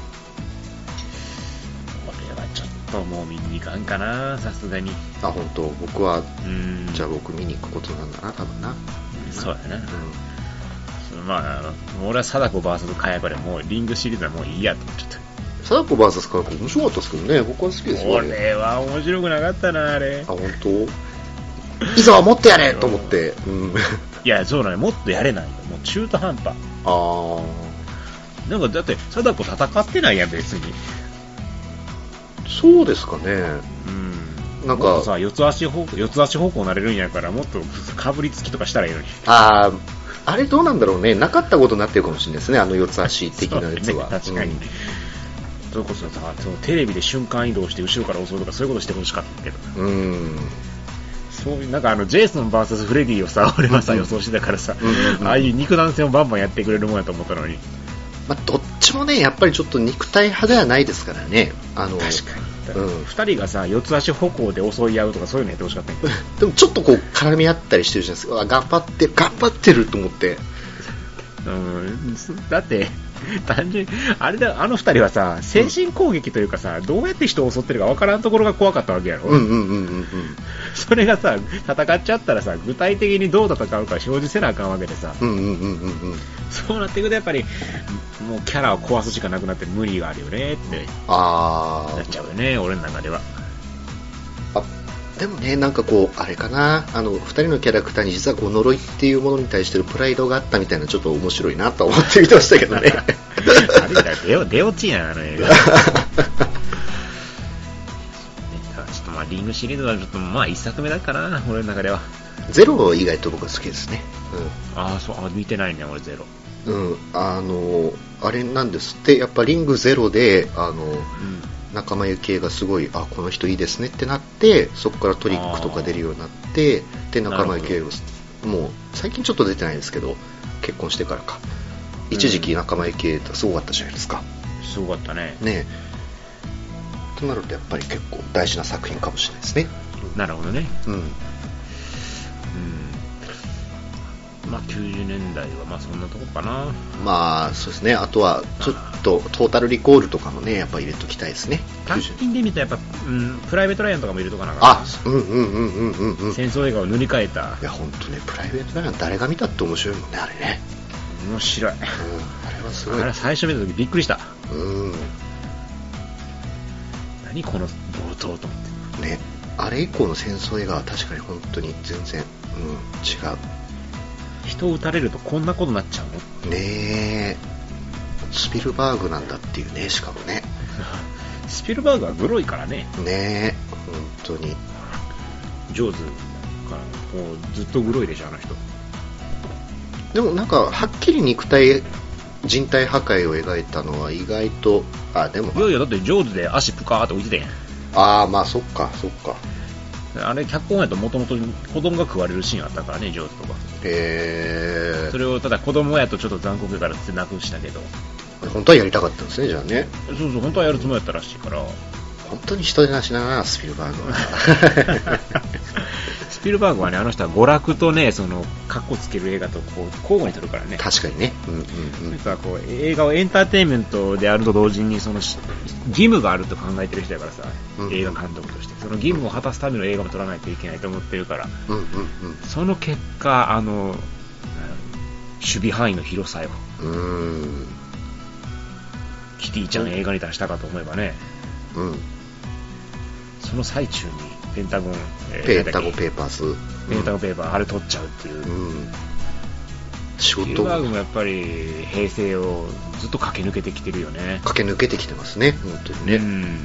れはちょっともう見に行かんかな、さすがに。 本当。僕はじゃあ僕見に行くことなんだな、多分な。 そうやな。俺は貞子 VS カヤコでもうリングシリーズはもういいやと思っちゃった。 貞子 VS カヤコ面白かったですけどね。僕は好きですよ。 俺は面白くなかったな、あれ。 本当。いざもっとやれと思って、 いや、そうなの、もっとやれないよ。もう中途半端。なんかだって貞子戦ってないやん、別に。 そうですかね。なんかさ、四つ足方向になれるんやから、もっとかぶりつきとかしたらいいのに。 あれどうなんだろうね。なかったことになってるかもしれないですね、四つ足的なやつは。 確かに。それこそさ、テレビで瞬間移動して後ろから襲うとかそういうことしてほしかったけど。そういうなんかジェイソン VS フレディをさ、俺はさ、予想してたからさ、ああいう肉弾戦をバンバンやってくれるもんやと思ったのに。 どっちもね、やっぱりちょっと肉体派ではないですからね。確かに。2人がさ、四つ足歩行で襲い合うとかそういうのやってほしかったんやけど。 でもちょっとこう絡み合ったりしてるじゃないですか。頑張ってると思って。 だって単純にあれだ、2人はさ、精神攻撃というかさ、どうやって人を襲ってるか分からんところが怖かったわけやろ。それがさ、戦っちゃったらさ、具体的にどう戦うか表示せなあかんわけでさ、そうなっていくとやっぱりもうキャラを壊すしかなくなって無理があるよねってなっちゃうよね、俺の中では。 でもね、なんかこうあれかな、2人のキャラクターに実はこう呪いっていうものに対してのプライドがあったみたいな、ちょっと面白いなと思って見てましたけどね。 あれだ、出落ちやん、映画。ちょっとリングシリーズはちょっと1作目だかな、俺の中では。 ゼロ意外と僕は好きですね。 見てないね、俺ゼロ。 あれなんですって、やっぱリングゼロで仲間由紀恵がすごいこの人いいですねってなって、そこからトリックとか出るようになって、で仲間由紀恵もう最近ちょっと出てないですけど、結婚してからか、一時期仲間由紀恵ってすごかったじゃないですか。 すごかったね。 となるとやっぱり結構大事な作品かもしれないですね。 なるほどね。90年代はそんなとこかな。 そうですね。あとはちょっとトータルリコールとかもね、やっぱ入れときたいですね。 単品で見たらやっぱ、プライベートライアンとかも入れとかなかった。戦争映画を塗り替えた。 いや本当ね、プライベートライアン誰が見たって面白いもんね、あれね。 面白い。あれはすごい。 あれ最初見た時びっくりした。何この冒頭と思ってね。あれ以降の戦争映画は確かに本当に全然、違う。 人を撃たれるとこんなことになっちゃうのね。スピルバーグなんだっていうね、しかもね。 スピルバーグはグロいからね。 本当に。 ジョーズからもうずっとグロいでしょ、あの人。 でもなんかはっきり肉体人体破壊を描いたのは意外とでもいやだってジョーズで足プカーって置いてたやん。そっかあれ脚本やともともと子供が食われるシーンあったからね、ジョーズとか。それをただ子供やとちょっと残酷やからってなくしたけど、 本当はやりたかったんですね、じゃあね。 そう本当はやるつもりやったらしいから。 本当に人手なしだな、スピルバーグは。 スピルバーグはね、あの人は娯楽とね、そのカッコつける映画とこう交互に撮るからね。 確かにね。 なんかこう映画をエンターテインメントであると同時にその義務があると考えてる人だからさ、映画監督としてその義務を果たすための映画も撮らないといけないと思ってるから、その結果守備範囲の広さよ。キティちゃん映画に出したかと思えばね、その最中にペンタゴンペーパーあれ撮っちゃうっていう、スピルバーグもやっぱり平成をずっと駆け抜けてきてるよね。 駆け抜けてきてますね、本当にね。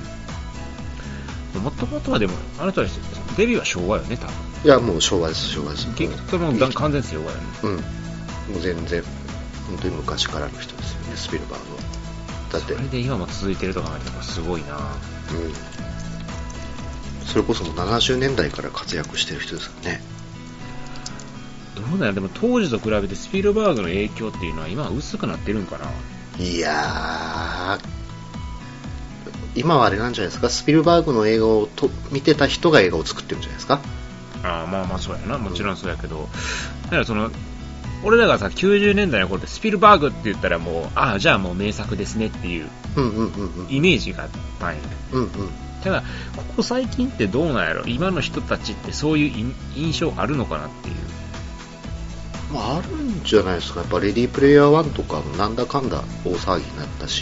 もともとはでもあなたはデビューは昭和よね、多分。 いやもう昭和です。 結局もう完全昭和よね。 もう全然本当に昔からの人ですよね、スピルバーグは。だってそれで今も続いてると考えたらすごいな。 それこそもう70年代から活躍してる人ですよね。 どうだよ。でも当時と比べてスピルバーグの影響っていうのは今は薄くなってるんかな。 いやー、今はあれなんじゃないですか、スピルバーグの映画を見てた人が映画を作ってるんじゃないですか。 ああ、まあまあそうやな、もちろんそうやけど、だからその俺らがさ90年代の頃ってスピルバーグって言ったらもう、ああじゃあもう名作ですねっていうイメージがあったんや、ただここ最近ってどうなんやろ、今の人たちってそういう印象あるのかなっていう。 まああるんじゃないですか。やっぱレディープレイヤー1とかもなんだかんだ大騒ぎになったし。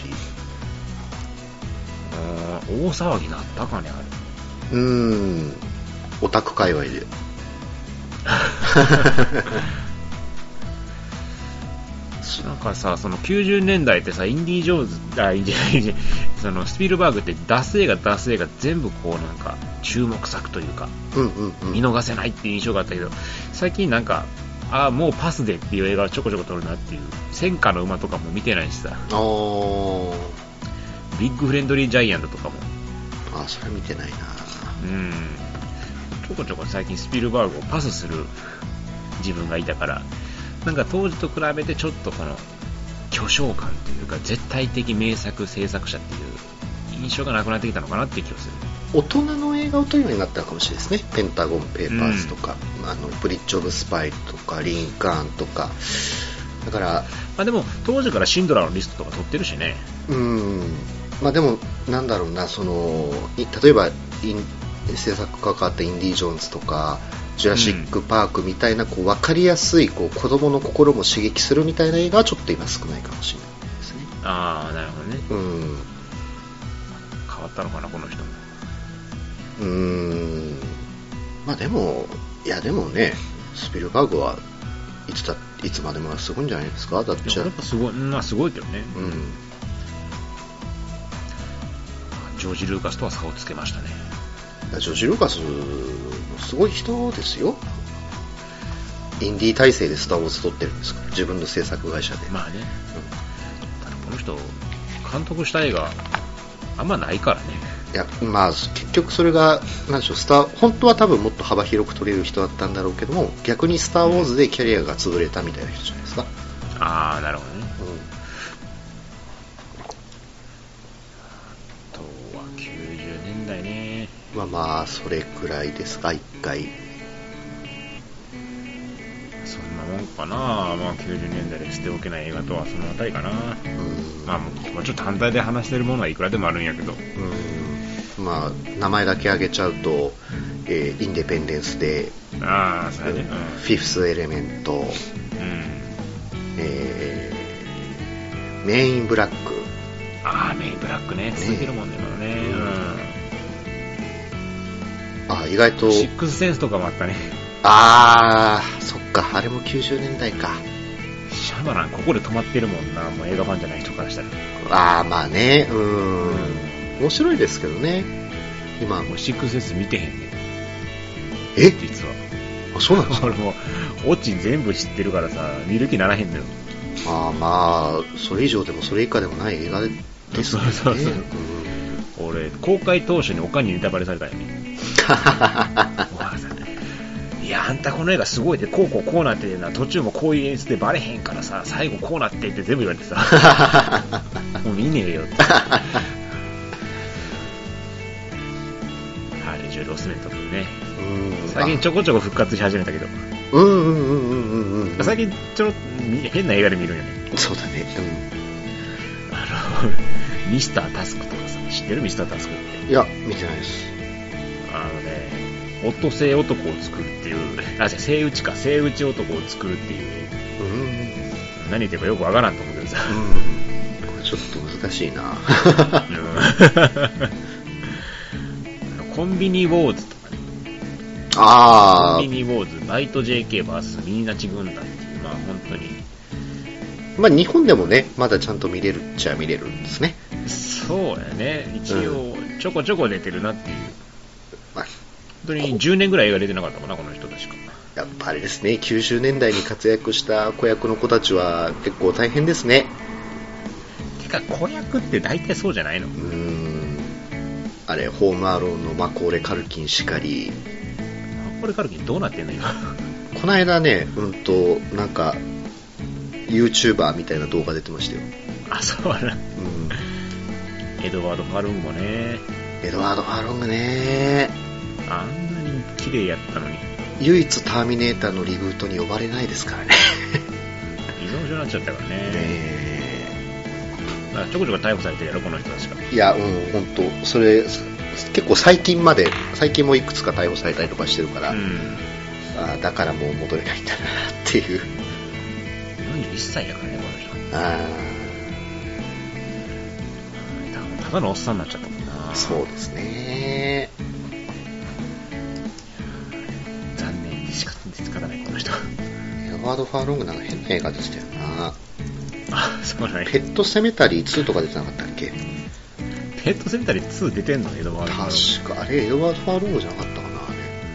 大騒ぎになったかね、あれ。 オタク界隈でなんかさ、その90年代ってさ、インディ・ジョーンズ、そのスピルバーグって出す映画全部こうなんか注目作というか、見逃せないっていう印象があったけど、最近なんかもうパスでっていう映画をちょこちょこ撮るなっていう。戦火の馬とかも見てないしさ、ビッグフレンドリージャイアントとかも、 それ見てないな。 ちょこちょこ最近スピルバーグをパスする自分がいたから、なんか当時と比べてちょっとこの巨匠感というか絶対的名作制作者っていう印象がなくなってきたのかなっていう気がする。 大人の映画を撮るようになったのかもしれないですね。ペンタゴンペーパーズとか、ブリッジオブスパイとかリンカーンとか。だからでも当時からシンドラーのリストとか撮ってるしね。 でもなんだろうな、その例えば制作が関わったインディ・ジョーンズとかジュラシック・パークみたいなこう分かりやすいこう子供の心も刺激するみたいな映画はちょっと今少ないかもしれないですね。 なるほどね。変わったのかなこの人も。 でもね、スピルバーグはいつまでもすごいんじゃないですか。だってやっぱすごいけどね。ジョージ・ルーカスとは差をつけましたね。 ジョージ・ルーカスもすごい人ですよ。インディー体制でスター・ウォーズ撮ってるんですから、自分の制作会社で。 ただこの人監督した映画あんまないからね。 いや、結局それがなんでしょう、本当は多分もっと幅広く撮れる人だったんだろうけども、逆にスター・ウォーズでキャリアが潰れたみたいな人じゃないですか。 なるほどね。あとは90年代ね。 それくらいですか、1回。 そんなもんかな。90年代で捨ておけない映画とはそのあたりかな。もうちょっと反対で話してるものはいくらでもあるんやけど、 名前だけ挙げちゃうと、インデペンデンスデー、 そうやね、 フィフスエレメント、メインブラック。 メインブラックね、続いてるもんね、今ね。 意外とシックスセンスとかもあったね。 そっか、あれも90年代か。 シャマランここで止まってるもんな、もう映画ファンじゃない人からしたら。 面白いですけどね。今もうシックスセンス見てへんねん。実は。 そうなんですか。 俺もオチ全部知ってるからさ、見る気ならへんのよ。 それ以上でもそれ以下でもない映画ですね。 そう。俺公開当初におかんにネタバレされたよね。いや、あんたこの映画すごいで、こうなってな、途中もこういう演出でバレへんからさ、最後こうなってって全部言われてさもう見ねえよってハーレージュロスメント君ね、最近ちょこちょこ復活し始めたけど、最近変な映画で見るんよね。 そうだね。 ミスタータスクとかさ、知ってる？ミスタータスクって。 いや、見てないです。 オットセイ男を作るっていう、セイウチ男を作るっていう、何言ってるかよくわからんと思うけどさ、 これちょっと難しいな。 コンビニウォーズとかね。コンビニウォーズ、バイト JK vs ミニナチ軍団っていう、本当に。 日本でもね、まだちゃんと見れるっちゃ見れるんですね。 そうやね、一応ちょこちょこ出てるなっていう。本当に10年ぐらい映画出てなかったかな、この人確か。 やっぱりですね、90年代に活躍した子役の子たちは結構大変ですね。 てか子役って大体そうじゃないの？ あれホームアローンのマコーレ・カルキンしかり。 マコーレ・カルキンどうなってんの今この間ね、なんか YouTuber みたいな動画出てましたよ。 あ、そうな、エドワード・ファルンゴね。 エドワード・ファルンゴね。 あんなに綺麗やったのに唯一ターミネーターのリブートに呼ばれないですからね。 依存症になっちゃったからね。だからちょこちょこ逮捕されてるやろこの人確か。 いや、本当それ結構最近もいくつか逮捕されたりとかしてるから、だからもう戻れないんだなっていう。 41歳やからねこの人。ただのおっさんになっちゃったもんな。 そうですね。 残念でしかないこの人。 エドワード・ファーロングなんか変な映画でしたよな。 あ、そうなんや。 ペットセメタリー2とか出てなかったっけ。 ペットセメタリー2出てんのエドワード・ファーロング。 確かあれエドワード・ファーロングじゃなかったかな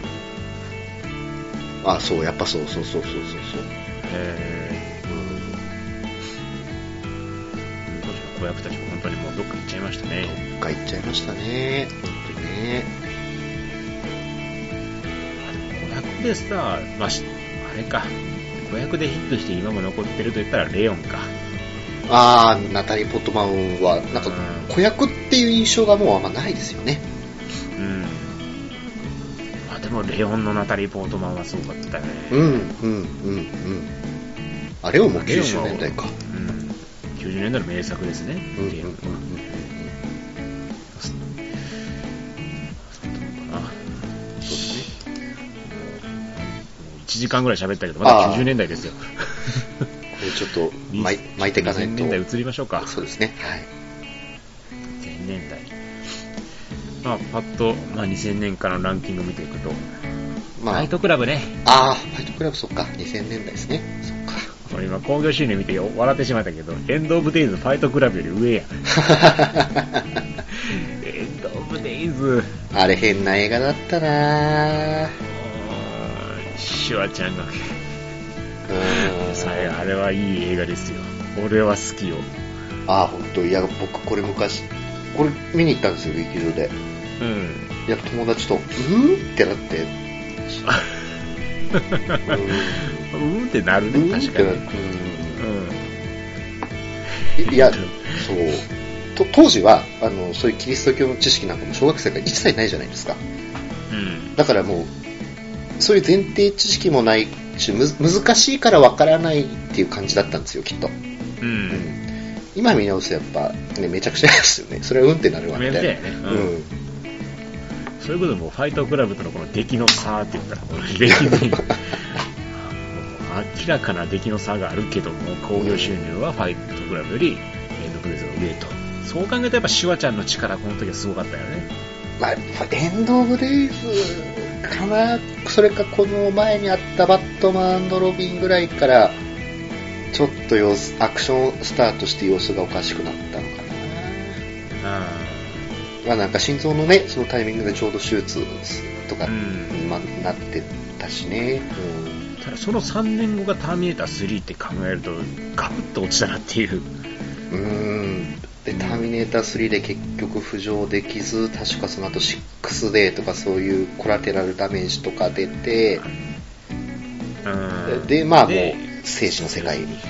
あれ。あ、そうやっぱそう。へえ。 子役たちも本当にもうどっか行っちゃいましたね。 どっか行っちゃいましたね。本当にね。 子役でさ、あれか。子役でヒットして今も残ってると言ったらレオンか。 ナタリー・ポットマンはなんか子役っていう印象がもうあんまないですよね。 でもレオンのナタリー・ポートマンはすごかったね。 レオンも90年代か。 90年代の名作ですね。1時間ぐらい喋ったけどまだ90年代ですよ。これちょっと巻いていかないと。 2000年代移りましょうか。 そうですね。はい。 2000年代。パッと、2000年からのランキングを見ていくと、ファイトクラブね。 ファイトクラブ、そっか、2000年代ですね。そっか。 俺今興行収入見て笑ってしまったけど、エンドオブデイズファイトクラブより上や。エンドオブデイズ。 あれ変な映画だったな。 シュワちゃんが。あれはいい映画ですよ。俺は好きよ。 本当。いや僕これ昔これ見に行ったんですよ劇場で。やっぱ友達とってなって。 ってなるね。確かに。 いやそう当時はそういうキリスト教の知識なんかも小学生が一切ないじゃないですか。だからもうそういう前提知識もないし難しいからわからないっていう感じだったんですよきっと。今見直すとやっぱねめちゃくちゃですよね。それはってなるわみたいな。 そういうことでもファイトクラブとのこの出来の差って言ったらもう出来にもう明らかな出来の差があるけども興行収入はファイトクラブよりエンドオブデイズの上と。そう考えるとやっぱシュワちゃんの力この時はすごかったよね。 エンドオブデイズかな。それかこの前にあったバットマン&ロビンぐらいからちょっとアクションスタートして様子がおかしくなったのかな。なんか心臓のねそのタイミングでちょうど手術とかになってたしね。 ただその3年後がターミネーター3って考えるとガクッと落ちたなっていう。 でターミネーター3で結局浮上できず、確かその後6デーとかそういうコラテラルダメージとか出て、でもう生死の世界に。コ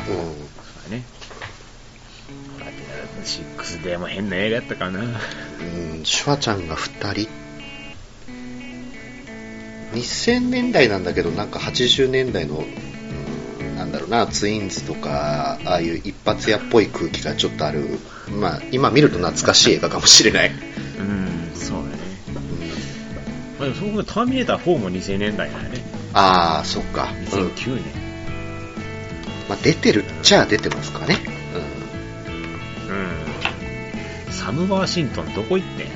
ラテラル6デーも変な映画やったかな。 シュワちゃんが2人。2000年代なんだけどなんか80年代のなんだろうな、ツインズとかああいう一発屋っぽい空気がちょっとある。今見ると懐かしい映画かもしれない。 そうだね。でもそこでターミネーター4も2000年代だよね。 そっか。 2009年。 出てるっちゃ出てますかね。 サム・ワーシントンどこ行ってん？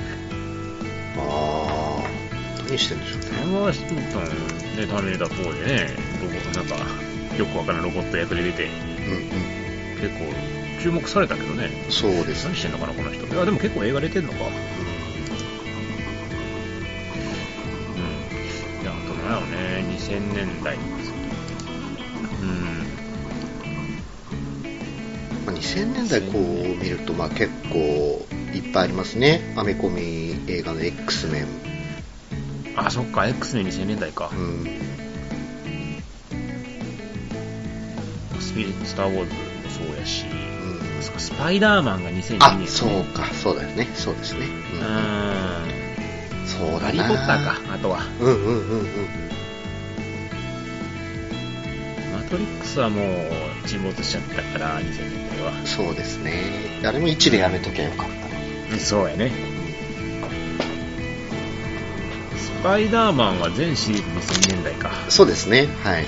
何してんでしょうね。 サム・ワーシントンね、ターミネーター4でね、なんかよくわからんロボット役で出て、結構注目されたけどね。 そうです。 何してんのかなこの人。いやでも結構映画出てんのか。いやあとなんやろね、2000年代。 2000年代こう見ると結構いっぱいありますね。アメコミ映画の X メン。 あ、そっか、X メン2000年代か。スター・ウォーズもそうやし、スパイダーマンが2002年、ね、 あ、そうか、そうだよね、そうですね。そうだな。 ハリー・ポッターか、あとは。マトリックスはもう沈没しちゃったから、2000年代は。 そうですね。あれも1でやめときゃよかったの。 そうやね。スパイダーマンは全シリーズ2000年代か。 そうですね、はい。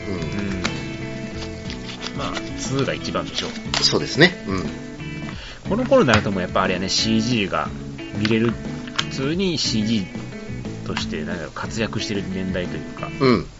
まあ、2が一番でしょう。 そうですね。 この頃になるともうやっぱあれやね、CG が見れる、普通に CG として活躍してる年代というか。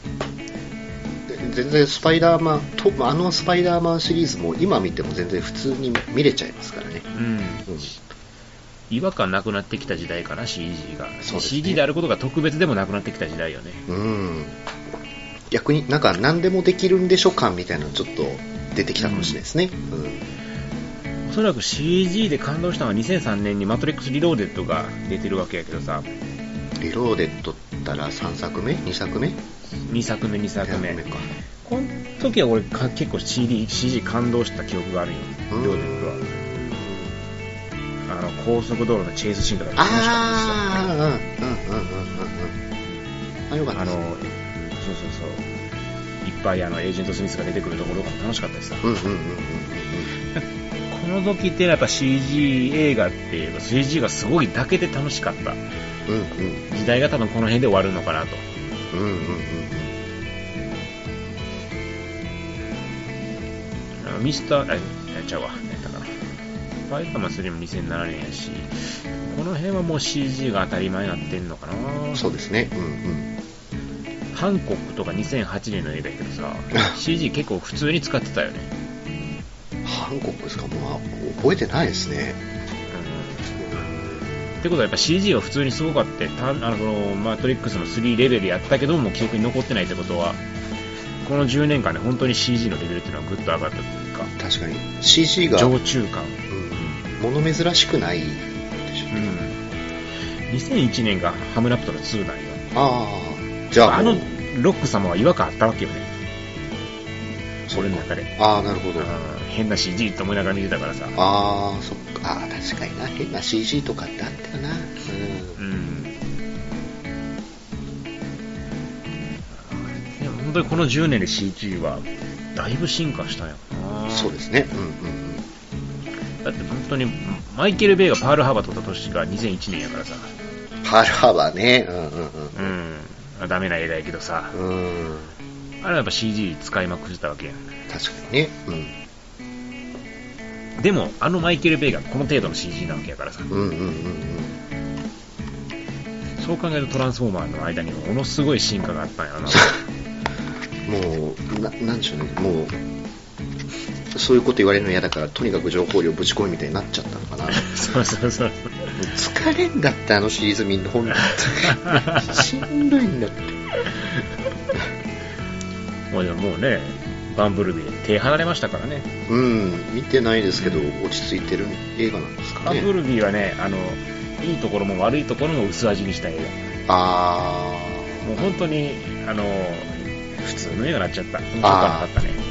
全然スパイダーマンと、あのスパイダーマンシリーズも今見ても全然普通に見れちゃいますからね。違和感なくなってきた時代かな、CG が。CG であることが特別でもなくなってきた時代よね。 逆になんか何でもできるんでしょ感みたいなのちょっと出てきたかもしれないですね。 おそらく CG で感動したのは2003年にマトリックスリローデッドが出てるわけやけどさ。 リローデッドったら3作目 ?2 作目 ?2 作目か。この時は俺結構 CG 感動した記憶があるよ、リローデッドは。高速道路のチェイスシーンとか楽しかったですよ。よかったですね。いっぱいエージェントスミスが出てくるところが楽しかったですさ。この時ってやっぱ CG 映画っていうか CG がすごいだけで楽しかった、時代が多分この辺で終わるのかなと。ミスターちゃうわ、ファイターマン3も2007年やし、この辺はもう CG が当たり前になってんのかな。 そうですね。 ハンコックとか2008年の映画やけどさCG 結構普通に使ってたよね。 ハンコックですか？もう覚えてないですね。 ってことはやっぱ CG は普通にすごかって、マトリックスの3レベルやったけども記憶に残ってないってことは、この10年間で本当に CG のレベルっていうのはぐっと上がったというか。 確かに CG が常駐感、 物珍しくないでしょうね。2001年がハムラプトラ2なんよ。 じゃあロック様は違和感あったわけよね、俺の中で。 なるほど。 変な CG と思いながら見てたからさ。 そっか。確かにな、変な CG とかってあったよな。 でも本当にこの10年で CG はだいぶ進化したよな。 そうですね。 だって本当にマイケル・ベイがパールハーバー撮った年が2001年やからさ。 パールハーバーね。 ダメな映画やけどさ、あれはやっぱ CG 使いまくってたわけやん。 確かにね。 でもマイケル・ベイがこの程度の CG なわけやからさ。そう考えるとトランスフォーマーの間にものすごい進化があったんやな。 もうなんでしょうね。もうそういうこと言われるの嫌だから、とにかく情報量ぶち込みみたいになっちゃったのかな。 そう疲れんだってあのシリーズみんな本当にしんどいんだって。 もうね、バンブルビー手離れましたからね。 見てないですけど落ち着いてる映画なんですかね。 バンブルビーはね、いいところも悪いところも薄味にした映画。もう本当に普通の映画になっちゃった。面白かったね。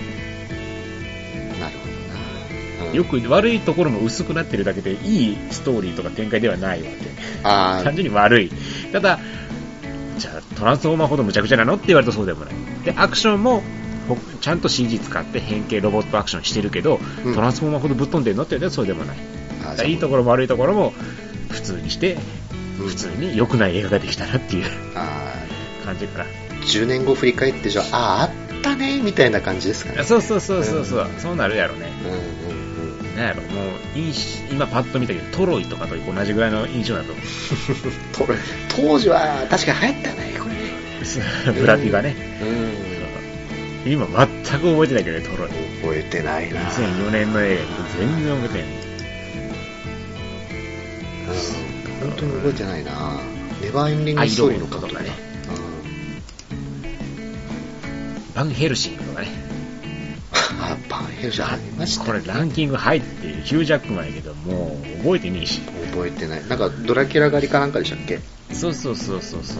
なるほどな。 よく悪いところも薄くなってるだけでいいストーリーとか展開ではないわけ。単純に悪い。ただじゃあトランスフォーマーほどむちゃくちゃなのって言われるとそうでもない。でアクションもちゃんと CG 使って変形ロボットアクションしてるけど、トランスフォーマーほどぶっ飛んでるのって言われるとそうでもない。いいところも悪いところも普通にして、普通に良くない映画ができたなっていう感じか。 10年後振り返ってじゃあったねみたいな感じですかね。 そうそうなるやろね。なんやろ、もう今パッと見たけどトロイとかと同じぐらいの印象だと思う。 当時は確かに流行ったねこれね。 ブラピがね。今全く覚えてないけどね、トロイ。 覚えてないな。 2004年の映画全然覚えてない。 本当に覚えてないな。ネバーエンディングストーリーのこととかね。 バンヘルシングとかね。 バンテンション上がりました、ね、 これランキング入ってるヒュージャックマンやけど、もう覚えてねえし。 覚えてない。なんかドラキュラ狩りかなんかでしたっけ。 そうそうそうそうそう。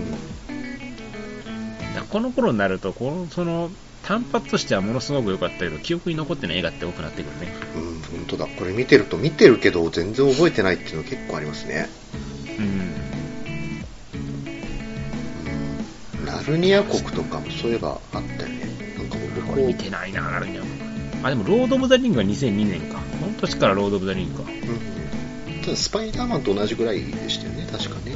だこの頃になるとその単発としてはものすごく良かったけど、記憶に残ってない映画って多くなってくるね。 本当だ。これ見てるけど全然覚えてないっていうの結構ありますね。ナルニア国とかもそういえばあったよね。なんか僕これ見てないな、ナルニア国。でもロード・オブ・ザ・リングは2002年か。この年からロード・オブ・ザ・リングか。 ただスパイダーマンと同じぐらいでしたよね、確かね。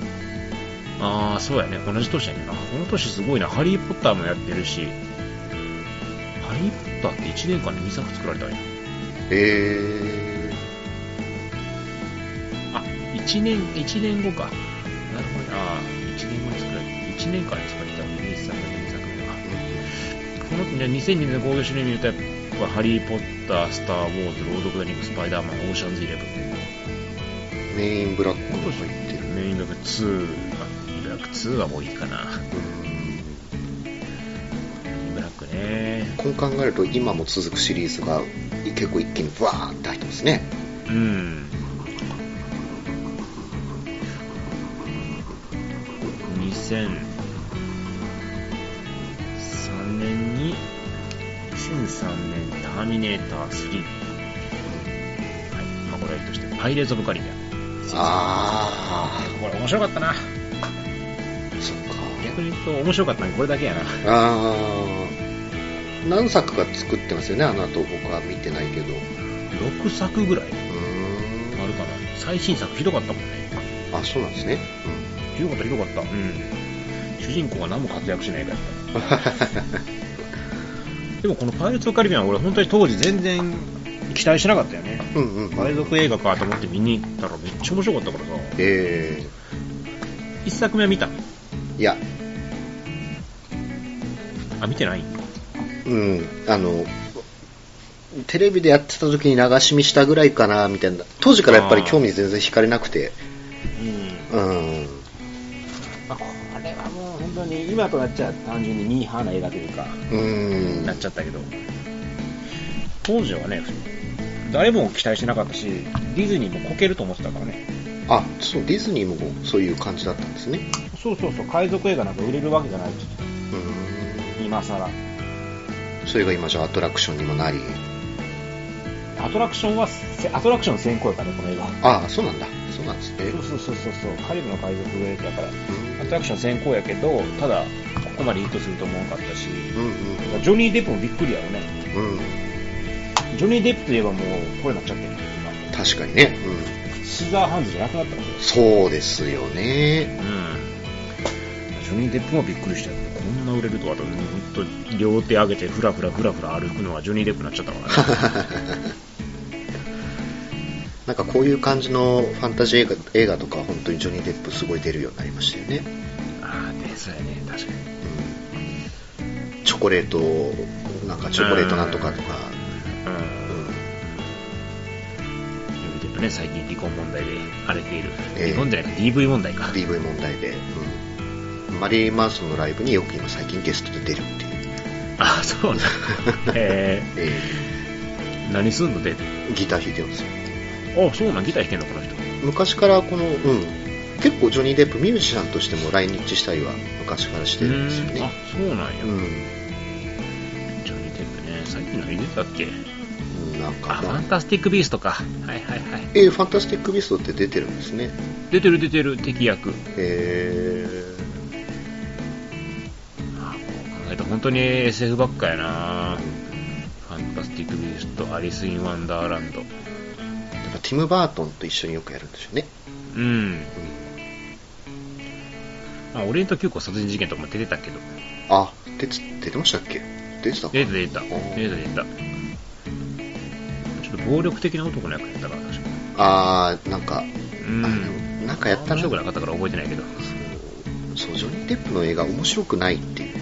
そうやね、同じ年やねんな。この年すごいな。ハリー・ポッターもやってるし、ハリー・ポッターって1年間で2作作られたんや。1年後か。なるほどね。1年後に作られた。1年間に作られた2作目は。この2002年のゴールドシュレミュータイプはハリー・ポッター、スター・ウォーズ、ロード・オブ・ザ・リング、スパイダーマン、オーシャンズ・イレブン。 メインブラックも入ってる。 メインブラック2、ブラック2はもういいかな。ブラックね。 こう考えると今も続くシリーズが結構一気にバーって入ってますね。 2003年ターミネーター3。これとしてパイレーツ・オブ・カリビアン。これ面白かったな。 そっか。 逆に言うと面白かったのはこれだけやな。 何作か作ってますよね、あの後。僕は見てないけど。 6作ぐらいあるかな。最新作ひどかったもんね。 そうなんですね。 ひどかった。主人公が何も活躍しないからやった。でもこのパイレーツ・オブ・カリビアンは俺本当に当時全然期待しなかったよね。海賊映画かと思って見に行ったらめっちゃ面白かったからさ。1作目は見た？ いや。 見てない？ テレビでやってた時に流し見したぐらいかなみたいな。当時からやっぱり興味全然惹かれなくて。 これはもう本当に今となっちゃ単純にミーハーな映画というかなっちゃったけど、当時はね誰も期待してなかったし、ディズニーもこけると思ってたからね。 そう、ディズニーもそういう感じだったんですね。 そう、海賊映画なんか売れるわけじゃないって言ってた。今更それが今じゃアトラクションにもなり。 アトラクション先行やからね、この映画。 そうなんだ。そうなんですね。 そう。カリブの海賊映画だから、アトラクション先行やけど、ただ、ここまでヒットすると思わなかったし、ジョニー・デップもびっくりやろね。ジョニー・デップといえばもう、これになっちゃってる。 確かにね。 シザーハンズじゃなくなったんですよ。そうですよね。 ジョニー・デップもびっくりしたよ。こんな売れるとはと、ほんと両手上げてフラフラ歩くのがジョニー・デップになっちゃったからね。 なんかこういう感じのファンタジー映画とか本当にジョニー・デップすごい出るようになりましたよね。 そうやね、確かに。 チョコレートなんとかとか。 ジョニー・デップね、最近離婚問題で荒れている。離婚じゃないか、DV 問題か。 DV 問題で。マリリン・マンソンのライブによく今最近ゲストで出るっていう。 そうなんだ。何すんので？ ギター弾いてるんですよ。 そうなん、ギター弾けんのこの人。 昔から結構ジョニー・デップミュージシャンとしても来日したりは昔からしてるんですよね。 そうなんや。ジョニー・デップね、最近何出たっけ？ なんかファンタスティック・ビーストか。ファンタスティック・ビーストって出てるんですね。 出てる敵役。本当に SF ばっかやな。ファンタスティック・ビースト、アリス・イン・ワンダーランド。 ティム・バートンと一緒によくやるんでしょうね。 オリエント急行殺人事件とかも出てたけど。 出てましたっけ？出てたか？ 出た。ちょっと暴力的な男の役やったから確か。 なんかなんかやったな。 面白くなかったから覚えてないけど。 そう、ジョニー・デップの映画面白くないっていうね。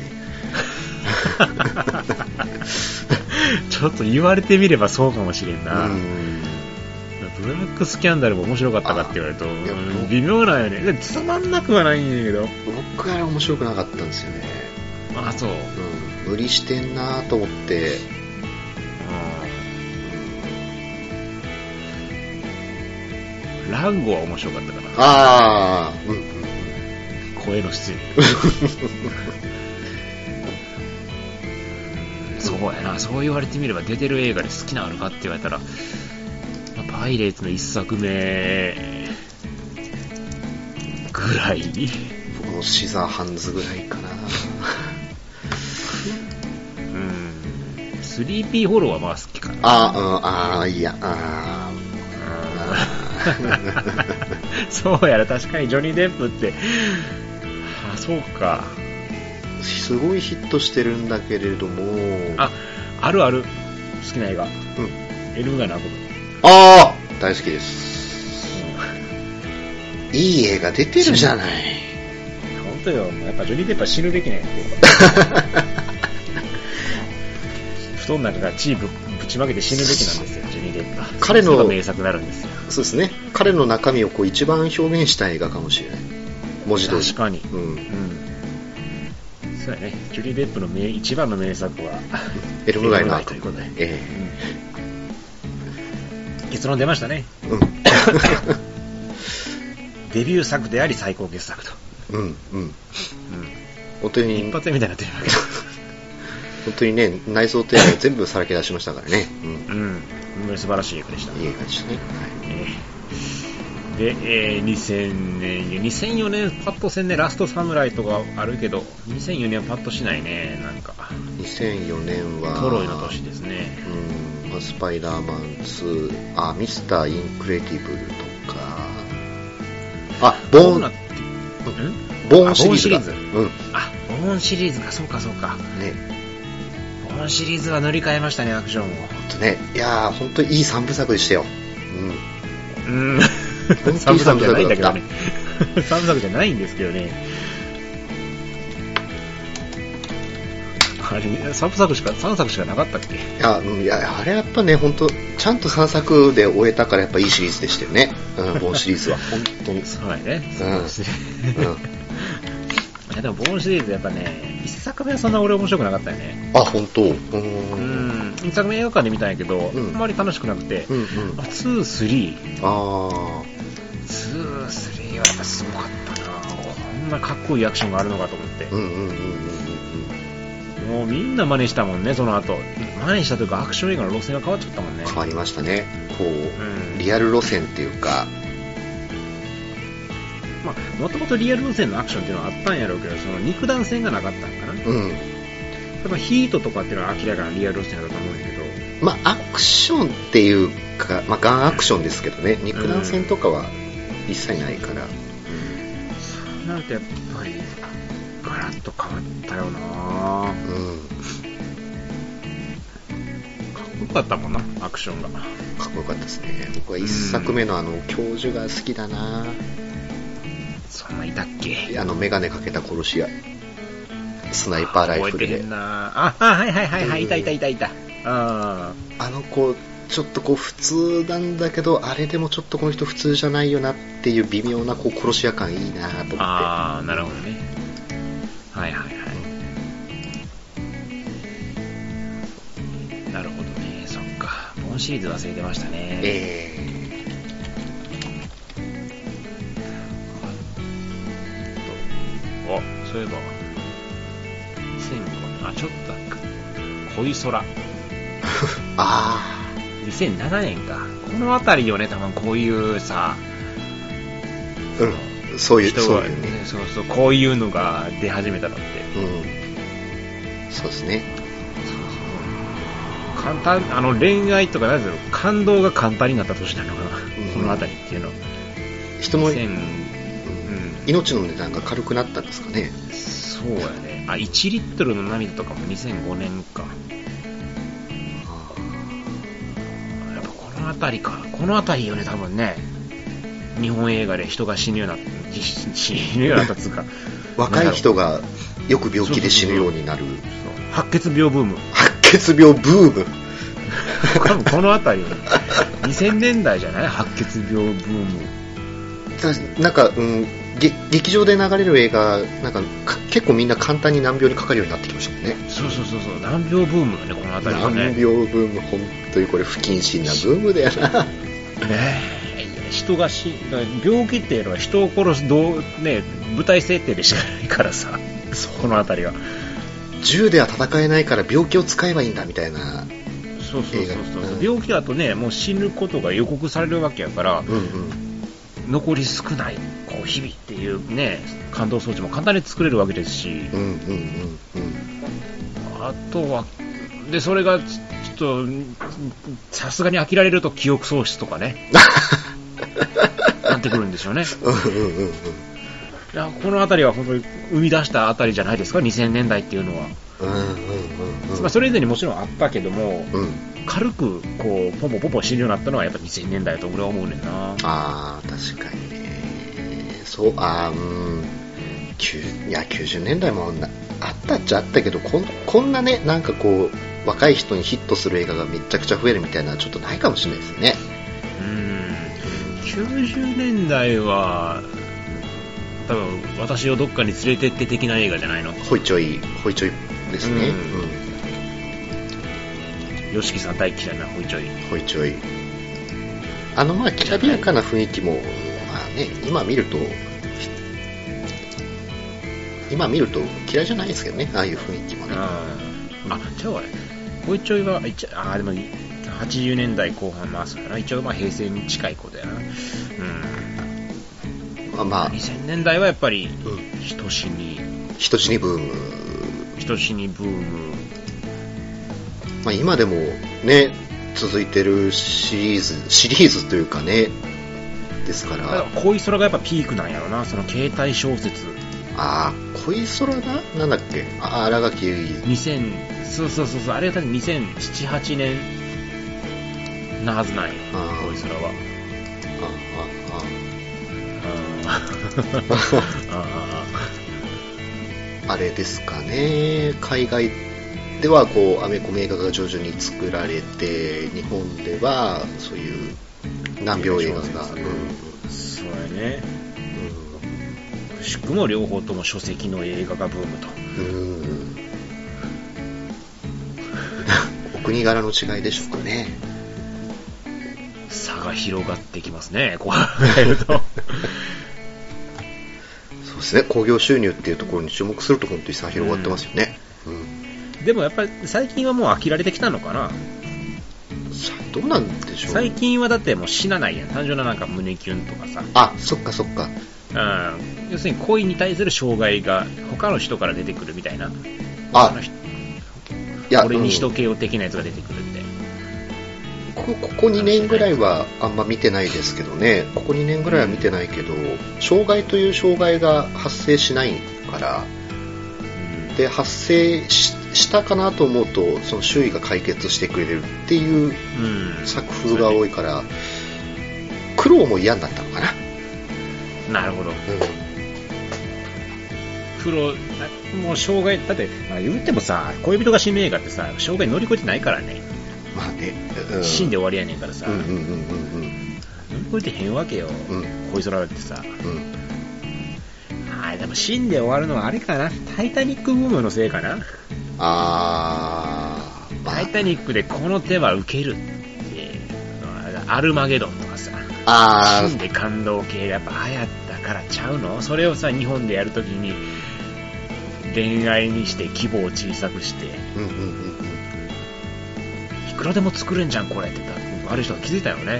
ちょっと言われてみればそうかもしれんな。ブラックスキャンダルも面白かったかって言われると微妙なんよね。つまんなくはないんだけど、 僕は面白くなかったんですよね。 そう、 無理してんなと思って。 ランゴは面白かったかな。 ああ、 声の出演そうやな、そう言われてみれば出てる映画で好きなのあるかって言われたら、パイレーツの一作目ぐらい。 僕もシザーハンズぐらいかな。 3P フォローはまあ好きかな。 いや、 そうやら、確かにジョニー・デップって、そうか。 すごいヒットしてるんだけれども。 あるある。好きな映画。エルム街の悪夢。 大好きです。いい映画出てるじゃない。 本当よ。やっぱジョニー・デップは死ぬべきね。布団の中が血ぶちまけて死ぬべきなんですよ、ジョニー・デップは。彼の名作になるんですよ。 そうですね。彼の中身を一番表現した映画かもしれない。文字通り。 確かに。そうやね。ジョニー・デップの一番の名作はエルム街の悪夢ということで。結論出ましたね。デビュー作であり最高傑作と。 本当に一発目みたいになってるわけだ。 本当にね、内臓とやら全部さらけ出しましたからね。 素晴らしい映画でした。 いい映画でしたね。 で、2004年パッとせんね、ラストサムライとかあるけど、2004年はパッとしないね、なんか。 2004年はトロイの年ですね。 スパイダーマン2、ミスター・インクレディブルとか、ボーンシリーズ。 ボーンシリーズか、そうか。ね。ボーンシリーズは塗り替えましたね、アクションを。 いやー、本当にいい3部作でしたよ。 3部作じゃないんだけどね。3部作じゃないんですけどね。あれ、3作しかなかったっけ？ いや、あれやっぱね、本当ちゃんと3作で終えたからやっぱいいシリーズでしたよね。ボーンシリーズは。本当に。 そうやね。いやでもボーンシリーズやっぱね、1作目はそんな俺面白くなかったよね。 本当。 1作目映画館で見たんやけど、あんまり楽しくなくて、2、3。2、3はやっぱすごかったな。こんなかっこいいアクションがあるのかと思って。もうみんな真似したもんね、その後。真似したというかアクション映画の路線が変わっちゃったもんね。 変わりましたね。リアル路線っていうか。 もともとリアル路線のアクションっていうのはあったんやろうけど、その肉弾戦がなかったんかな。やっぱヒートとかっていうのは明らかなリアル路線だと思うんだけど。 アクションっていうか、ガンアクションですけどね、肉弾戦とかは一切ないから。 そうなるとやっぱりガラッと変わったよな。かっこよかったもんな、アクションが。 かっこよかったですね。僕は一作目の教授が好きだな。 そんないたっけ？ メガネかけた殺し屋。スナイパーライフルで。 覚えてへんな。はい、いた。 子、ちょっと普通なんだけど、あれでもちょっとこの人普通じゃないよなっていう微妙な殺し屋感いいなと思って。 なるほどね。はい。なるほどね、そっか。ボーンシリーズ忘れてましたね。そういえば2005、ちょっと恋空2007年か。この辺りよね、多分こういうさ、 そういう人がね、こういうのが出始めたのって。 そうですね。 簡単、恋愛とかなんだろう、感動が簡単になった年なのかな、この辺りっていうの。 人の命の値段が軽くなったんですかね。 そうやね。1リットルの涙とかも2005年か。やっぱこの辺りか。この辺りよね、多分ね。日本映画で人が死ぬようになったっつうか。 若い人がよく病気で死ぬようになる。 白血病ブーム。 白血病ブーム。 多分この辺りよね。2000年代じゃない？白血病ブーム。 なんか、劇場で流れる映画、なんか結構みんな簡単に難病にかかるようになってきましたもんね。 そう、難病ブームよね、この辺りはね。 難病ブーム、本当にこれ不謹慎なブームだよな。 ねえ、 人が病気っていうのは人を殺すね、舞台設定でしかないからさ、このあたりは銃では戦えないから病気を使えばいいんだみたいな。 そう、病気だとね、もう死ぬことが予告されるわけやから、残り少ないこう日々っていうね、感動装置も簡単に作れるわけですし、あとはでそれがちょっとさすがに飽きられると記憶喪失とかねなってくるんでしょうね。いや、このあたりは本当に生み出したあたりじゃないですか、2000年代っていうのは。それ以前にもちろんあったけども、軽くこうポンポンポンポン死ぬようになったのはやっぱ2000年代だと俺は思うねんな。 確かにね。そう、いや90年代もあったっちゃあったけど、こんなね、なんかこう若い人にヒットする映画がめちゃくちゃ増えるみたいなのはちょっとないかもしれないですよね。 90年代は多分私をどっかに連れてって的な映画じゃないの。 ホイチョイですね。 吉木さん大嫌いなホイチョイ。 きらびやかな雰囲気も、今見ると嫌いじゃないですけどね、ああいう雰囲気もね。 じゃあホイチョイはでも80年代後半、そうだな、一応平成に近いことやな。2000年代はやっぱり人死にブーム。今でもね続いてるシリーズというかね、ですから。 恋空がやっぱピークなんやろな、その携帯小説。 恋空なんだっけ、新垣結衣。 そうあれは多分2007、8年なはずなんよ、恋空は。 あれですかね、海外ではこうアメコミ映画が徐々に作られて、日本ではそういう難病映画が、 そうやね。くしくも両方とも書籍の映画がブームと。 お国柄の違いでしょうかね。 差が広がってきますね、こうやると。 そうですね、興行収入っていうところに注目すると本当に差広がってますよね。 でもやっぱり最近はもう飽きられてきたのかな。 どうなんでしょう。 最近はだってもう死なないやん、単純ななんか胸キュンとかさ。 そっか。 要するに恋に対する障害が他の人から出てくるみたいな。俺にしとけよ的なやつが出てくるんで。 ここ2年ぐらいはあんま見てないですけどね。ここ2年ぐらいは見てないけど、障害という障害が発生しないから、で発生したかなと思うとその周囲が解決してくれるっていう作風が多いから、苦労も嫌になったのかな。 なるほど。苦労もう障害だって、言ってもさ、恋人が死ぬ映画ってさ、障害乗り越えてないからね。死んで終わりやねんからさ、乗り越えてへんわけよ、恋空だってさ。でも死んで終わるのはあれかな、タイタニックブームのせいかな。タイタニックでこの手は受けるって、アルマゲドンとかさ、死んで感動系がやっぱ流行ったからちゃうの。それをさ日本でやるときに恋愛にして規模を小さくして、いくらでも作れんじゃんこれってある人が気づいたよね。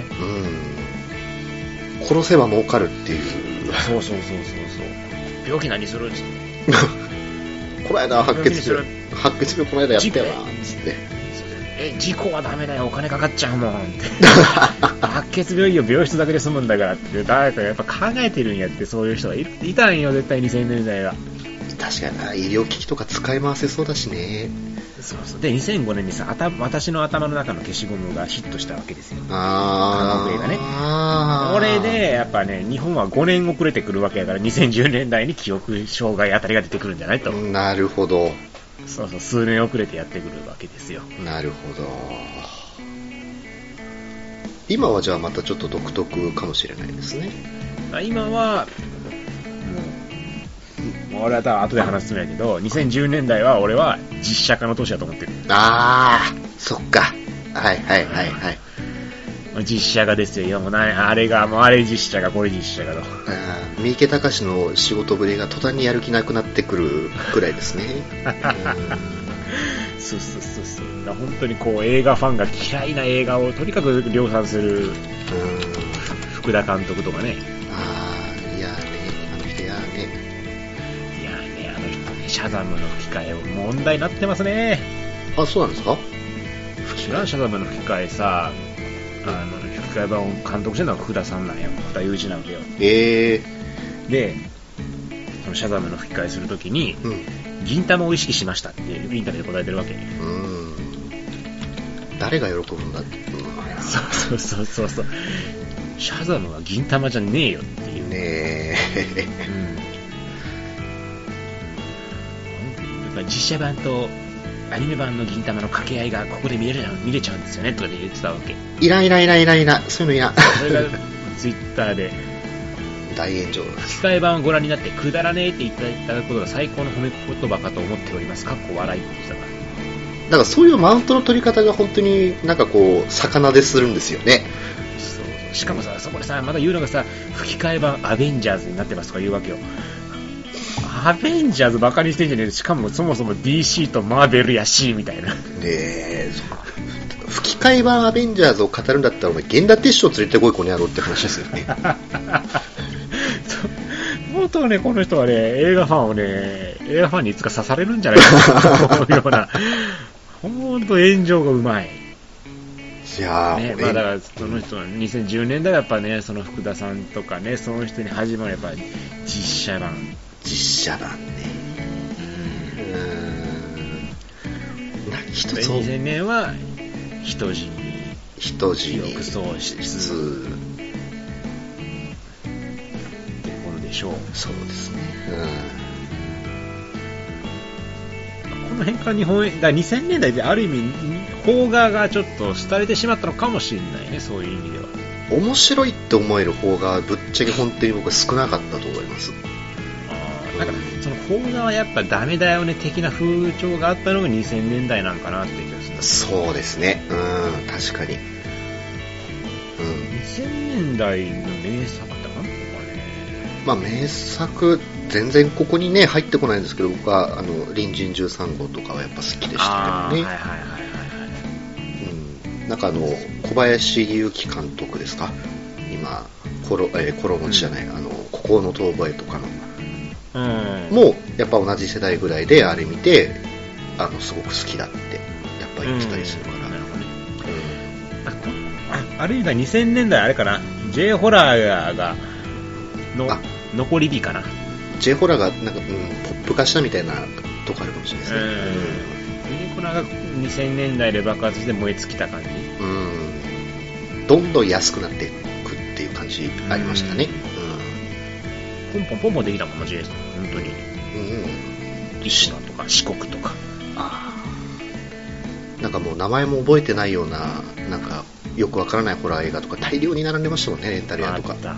殺せば儲かるっていう。 そう病気何するっつってこの間白血病この間やったわっつって、 事故はダメだよお金かかっちゃうもんって白血病いいよ病室だけで済むんだからって誰かやっぱ考えてるんやって。そういう人がいたんよ絶対2000年代は。 確かにな、医療機器とか使い回せそうだしね。 で2005年にさ私の頭の中の消しゴムがヒットしたわけですよ、韓国映画ね。これでやっぱね日本は5年遅れてくるわけやから、2010年代に記憶障害あたりが出てくるんじゃないと。 なるほど。 数年遅れてやってくるわけですよ。 なるほど。今はじゃあまたちょっと独特かもしれないですね。 今は俺は後で話すつもりだけど、2010年代は俺は実写化の年だと思ってる。 そっか。はい。 実写画ですよ。もうあれが、もうあれ実写画、これ実写画と。 三池崇史の仕事ぶりが途端にやる気なくなってくるくらいですね。 そうそうそうそう。本当にこう映画ファンが嫌いな映画をとにかく量産する福田監督とかね。 いやね、あの人やね。 いやね、あの人ね、シャザムの吹き替え問題になってますね。 あ、そうなんですか？ シャザムの吹き替えさ、吹き替え版を監督してるのは福田さんなんよ。福田雄一なんだよ。で、そのシャザムの吹き替えするときに、銀玉を意識しましたってインタビューで答えてるわけ。 誰が喜ぶんだって。 そう。シャザムは銀玉じゃねえよっていう。 ねえ。 実写版とアニメ版の銀玉の掛け合いがここで見れちゃうんですよねとかで言ってたわけ。 いらん、そういうのいらん。 それがツイッターで大炎上。 吹き替え版をご覧になってくだらねえって言っていただくことが最高の褒め言葉かと思っております。かっこ笑いって言ってたから。 だからそういうマウントの取り方が本当になんかこう魚でするんですよね。 そうしかもさ、そこでさまだ言うのがさ、吹き替え版アベンジャーズになってますとか言うわけよ。アベンジャーズバカにしてんじゃねえ。しかもそもそも DC とマーベルやしみたいな。 吹き替え版アベンジャーズを語るんだったらお前源田鉄章連れてこいこの野郎って話ですよね。 本当はね、この人はね、映画ファンにいつか刺されるんじゃないかと思うような、本当炎上がうまい。 いやね、だからその人は2010年代はやっぱね、その福田さんとかね、その人に始まるやっぱ実写版ね。2000年は人死に記憶喪失ってことでしょう。 そうですね。 この辺から日本だ2000年代である意味邦画がちょっと廃れてしまったのかもしれないね。そういう意味では面白いって思える邦画はぶっちゃけ本当に僕は少なかったと思います。 なんかその邦画はやっぱダメだよね的な風潮があったのが2000年代なんかなって気がする。 そうですね。確かに。 2000年代の名作って何とかね。 まあ名作全然ここにね入ってこないんですけど、僕は隣人13号とかはやっぱ好きでしたけどね。なんか小林祐希監督ですか。今コロの地じゃない、孤高の遠吠えとかの。もうやっぱ同じ世代ぐらいであれ見てすごく好きだってやっぱ言ってたりするから、 あるいは2000年代あれかな、 J ホラーがの残り火かな。 J ホラーがなんか、ポップ化したみたいなとこあるかもしれないですね。 J ホラーが2000年代で爆発して燃え尽きた感じ。 どんどん安くなっていくっていう感じありましたね。 ポンポンできたもんな、J さん本当に。石野とか四国とか。 なんかもう名前も覚えてないようななんかよくわからないホラー映画とか大量に並んでましたもんね、レンタル屋とか。日本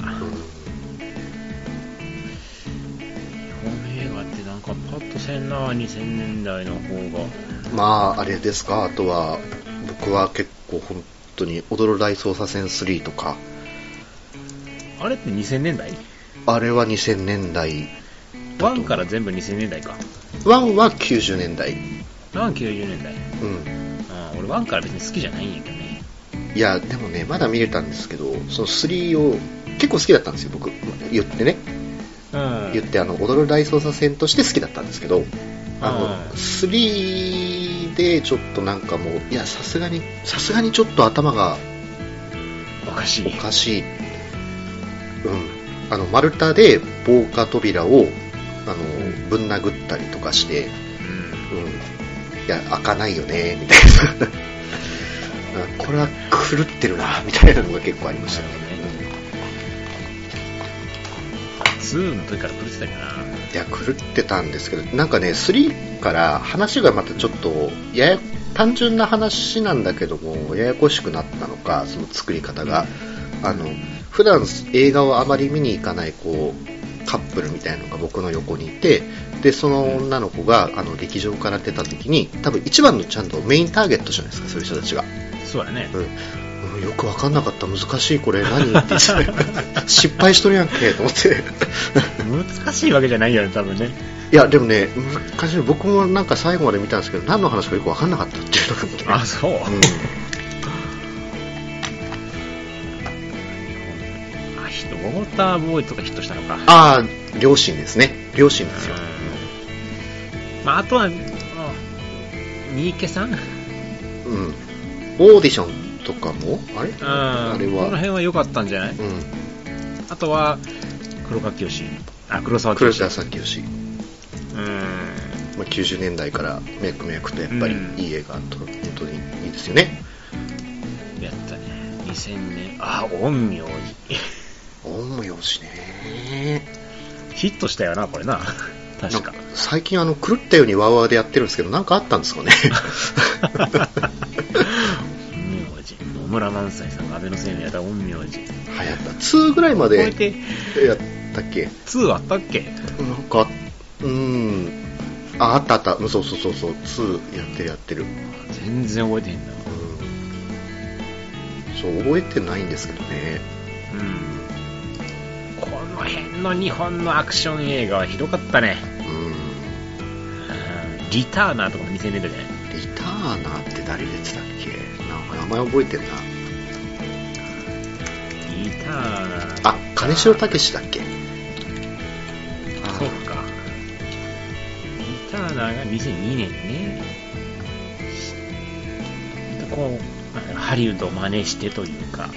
映画ってなんかパッとせんな、2000年代の方が。 まああれですか。あとは僕は結構本当に踊る大捜査線3とか。 あれって2000年代？ あれは2000年代。 1から全部2000年代か。 1は90年代。 1、90年代。俺1から別に好きじゃないんやけどね。 いやでもねまだ見れたんですけど、その3を結構好きだったんですよ僕。言ってね、言って踊る大捜査線として好きだったんですけど、3でちょっとなんかもういやさすがにちょっと頭がおかしい。 丸太で防火扉をぶん殴ったりとかして、いや開かないよねみたいなこれは狂ってるなみたいなのが結構ありましたね。 2の時から狂ってたかな。 いや狂ってたんですけど、なんかね3から話がまたちょっと単純な話なんだけどもややこしくなったのか、その作り方が普段映画をあまり見に行かないこうカップルみたいなのが僕の横にいて、でその女の子が劇場から出た時に多分一番のちゃんとメインターゲットじゃないですか、そういう人たちが。 そうだね。 よく分かんなかった。難しいこれ何って失敗しとるやんけと思って難しいわけじゃないよね多分ね。 いやでもね難しい。僕もなんか最後まで見たんですけど何の話かよく分かんなかったっていうのが、ね、 あそう、ウォーターボーイとかヒットしたのか。 ああ両親ですね。両親ですよ。 まあ、あとは三池さん、 オーディションとかもあれあれはこの辺は良かったんじゃない、あとは黒沢清。まあ、90年代から脈々とやっぱりいい映画と、本当にいいですよね。 やったね。2000年陰陽師陰陽師ね。 ヒットしたよなこれな確か。 最近狂ったようにワーワーでやってるんですけどなんかあったんですかね陰陽師野村萬斎さんが安倍の生命やった陰陽師流行った2ぐらいまでやったっけ。 2あったっけ。 なんかあったそう2やってる。 全然覚えてへんな。 そう覚えてないんですけどね。 この辺の日本のアクション映画はひどかったね。リターナーとかも2000年代じゃない。 リターナーって誰出てたっけ。なんか名前覚えてんな。 リターナー金城武だっけ。 そうか。リターナーが2002年ね。こうハリウッドを真似してというか。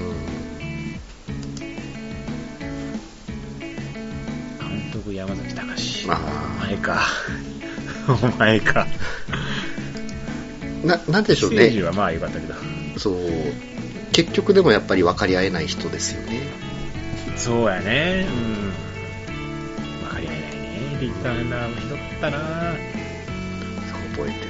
監督山崎隆。お前かなんでしょうね。 政治はまあ良かったけど。 そう結局でもやっぱり分かり合えない人ですよね。 そうやね。分かり合えないね。リターナーもひどかったな。 覚えてない。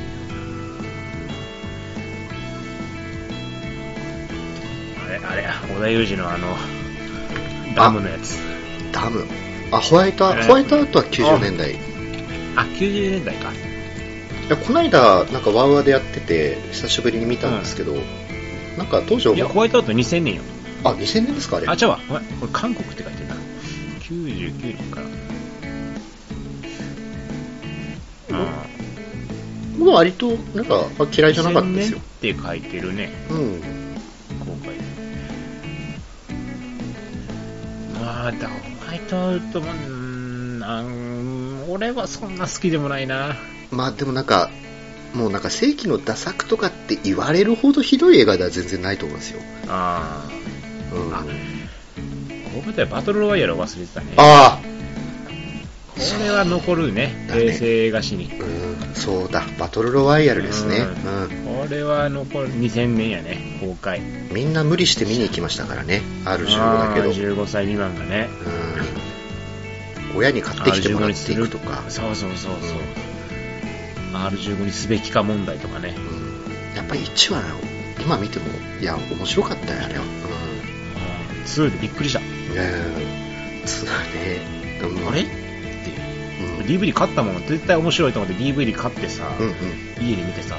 あれ織田裕二のダムのやつ。 ダム。ホワイトアウトは90年代。 90年代か。 いやこの間なんかワウワウでやってて久しぶりに見たんですけど、なんか当時いやホワイトアウト2000年よ。 2000年ですかあれ。 違うわ。これ韓国って書いてるな。99年から。 もう割となんか嫌いじゃなかったですよ。 って書いてるね。公開で。ホワイトアウトも俺はそんな好きでもないな。 まあでもなんかもうなんか世紀のダ作とかって言われるほどひどい映画では全然ないと思いますよ。 ここでバトルロワイヤルを忘れてたね。これは残るね。平成映画史に。 そうだバトルロワイヤルですね。 これは残る。2000年やね公開。 みんな無理して見に行きましたからね。R15 だけど 15歳未満がね。 親に買ってきてもらっていくとか。 そうR15 にすべきか問題とかね。 やっぱり1話今見ても面白かったよあれは。 2でびっくりした。2 ね。 あれって、DVD 買ったもん絶対面白いと思って DVD 買ってさ、家で見てさ、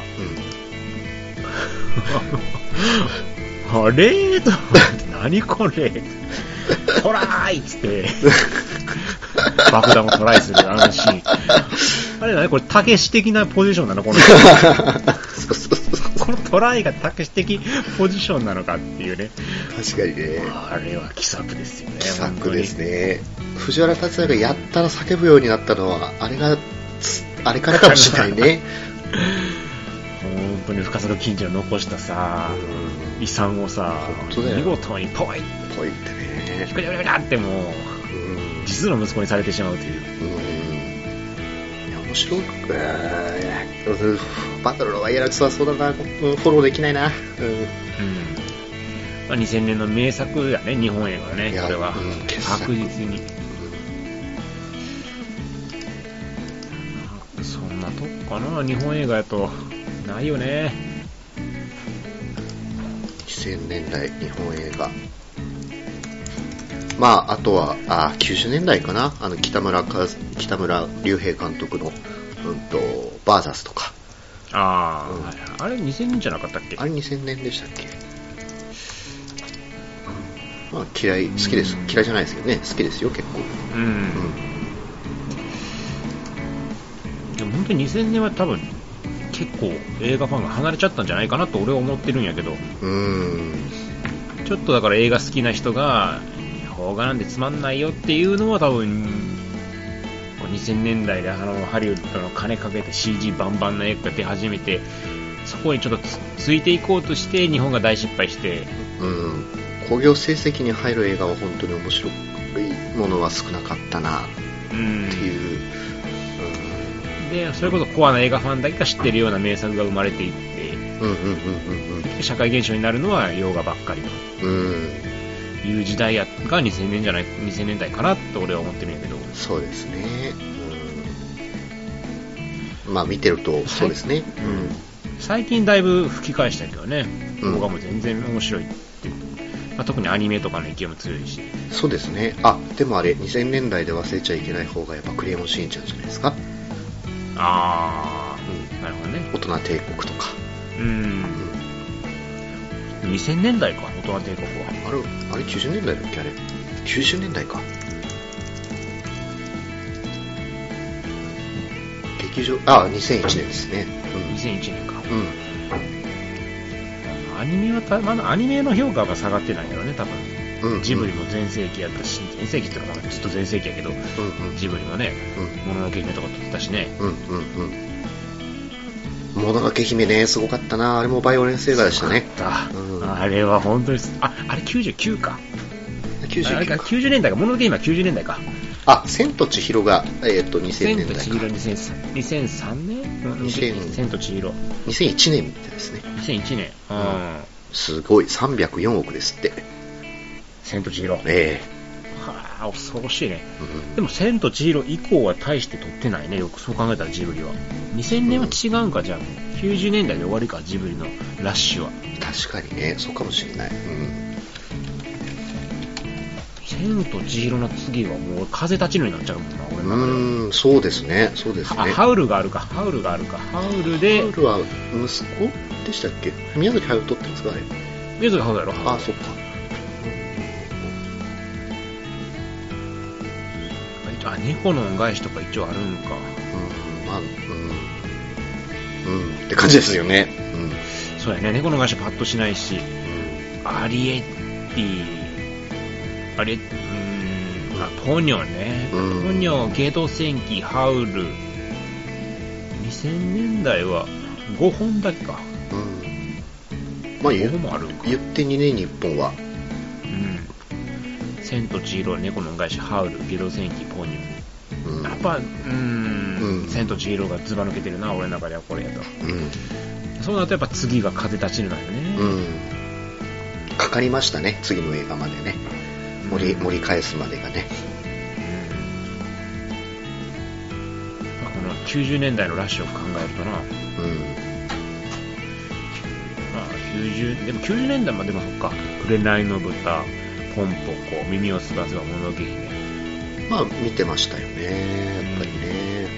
あれと思って何これトライっつって爆弾をトライするシーン。あれだね、これたけし的なポジションなのこのこのトライがたけし的ポジションなのかっていうね。 確かにね。 あれは奇策ですよね。 奇策ですね。藤原竜也がやったら叫ぶようになったのはあれからかもしれないね。 本当に深坂金次の残したさ、遺産をさ、見事にポイってね、ひくりゃってもう、実の息子にされてしまうという。 面白い。バトルロワイヤルはそうだな、フォローできないな。 2000年の名作やね、日本映画ね、これは。確実に。そんなとこかな、日本映画やと。ないよね。 2000年代日本映画。まああとは90年代かな。北村隆平監督のバーザスとか。 あれ2000年じゃなかったっけ。 あれ2000年でしたっけ。 まあ、好きです。嫌いじゃないですけどね、好きですよ、結構。 でも本当に2000年は多分結構映画ファンが離れちゃったんじゃないかなと俺は思ってるんやけど、ちょっとだから映画好きな人が邦画なんでつまんないよっていうのは多分2000年代でハリウッドの金かけて CG バンバンな映画が出始めて、そこにちょっとついていこうとして日本が大失敗して、 興行成績に入る映画は本当に面白いものは少なかったなっていう、 でそれこそコアな映画ファンだけが知ってるような名作が生まれていって、社会現象になるのは洋画ばっかりという時代が2000年代かなと俺は思ってるんやけど。 そうですね、まあ見てるとそうですね、 最近だいぶ吹き返したけどね、動画も全然面白いって、特にアニメとかの勢いも強いし。 そうですね。でもあれ2000年代で忘れちゃいけない方がやっぱクレヨンしんちゃんじゃないですか。 なるほどね。 大人帝国とか。 2000年代か、大人帝国は。 あれ90年代だっけ、あれ90年代か。劇場2001年ですね。 2001年か。アニメはまだアニメの評価が下がってないんだろうね、多分。ジブリも全盛期やったし、全盛期っていうかずっと全盛期やけど、ジブリもね、もののけ姫とか撮ってたしね。 もののけ姫ね、すごかったな。あれもバイオレンス映画でしたね。 あれは本当にあれ99か。あれか90年代か。もののけ姫は90年代か。 千と千尋が2000年代か。 千と千尋2003年？千と千尋。 2001年みたいですね。 2001年。 すごい、304億ですって。 千と千尋。恐ろしいね。でも千と千尋以降は大して撮ってないね。よくそう考えたらジブリは。2000年は違うんか、じゃあ90年代で終わりか、ジブリのラッシュは。 確かにね、そうかもしれない。 千と千尋の次はもう風立ちぬになっちゃうもんな、俺の中では。 そうですね。 ハウルがあるか。ハウルで。 ハウルは息子でしたっけ？宮崎駿撮ってますか、あれ。 宮崎駿やろ。 そっか。 猫の恩返しとか一応あるんか。 って感じですよね。 そうやね、猫の恩返しはパッとしないし、アリエッティ、ポニョね、ポニョ、ゲド戦記、ハウル、2000年代は5本だけか。5本もあるんか。 言って2年に1本は。 千と千尋、猫の恩返し、ハウル、ゲド戦記、ポニョ。やっぱ千と千尋がずば抜けてるな、俺の中ではこれやと。そうなるとやっぱ次が風立ちぬなんよね。 かかりましたね、次の映画までね。盛り返すまでがね。 この90年代のラッシュを考えるとな、でも90年代までもそっか、紅の豚、ポンポコ、耳をすばせば、もののけ姫。 見てましたよね、やっぱりね。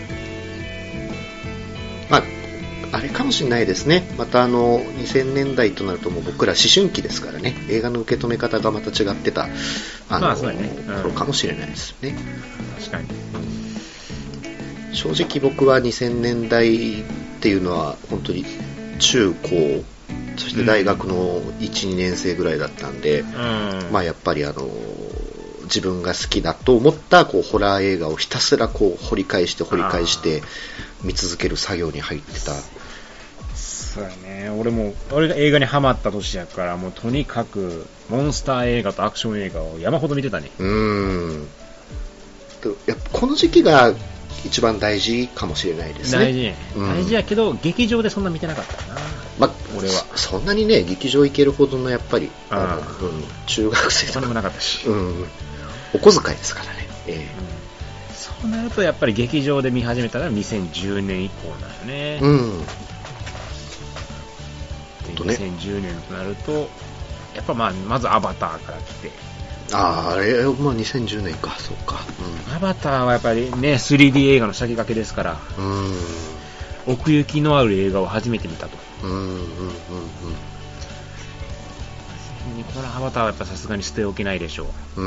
あれかもしれないですね。また2000年代となるともう僕ら思春期ですからね、映画の受け止め方がまた違ってた頃かもしれないですね。 確かに。 正直僕は2000年代っていうのは本当に中高、そして大学の 1,2 年生ぐらいだったんで、やっぱり自分が好きだと思ったホラー映画をひたすら掘り返して見続ける作業に入ってた。 そうやね。俺が映画にハマった年やから、もうとにかくモンスター映画とアクション映画を山ほど見てたね。 やっぱこの時期が一番大事かもしれないですね。 大事やけど劇場でそんな見てなかったな。俺はそんなにね、劇場行けるほどのやっぱり中学生とかもなかったし、 お小遣いですからね。 そうなるとやっぱり劇場で見始めたら2010年以降なんよね。2010年となるとやっぱまずアバターから来て、 あれ2010年か。そうか。 アバターはやっぱりね 3D 映画の先駆けですから、奥行きのある映画を初めて見たと。 ニコラ・アバターはやっぱさすがに捨ておけないでしょう。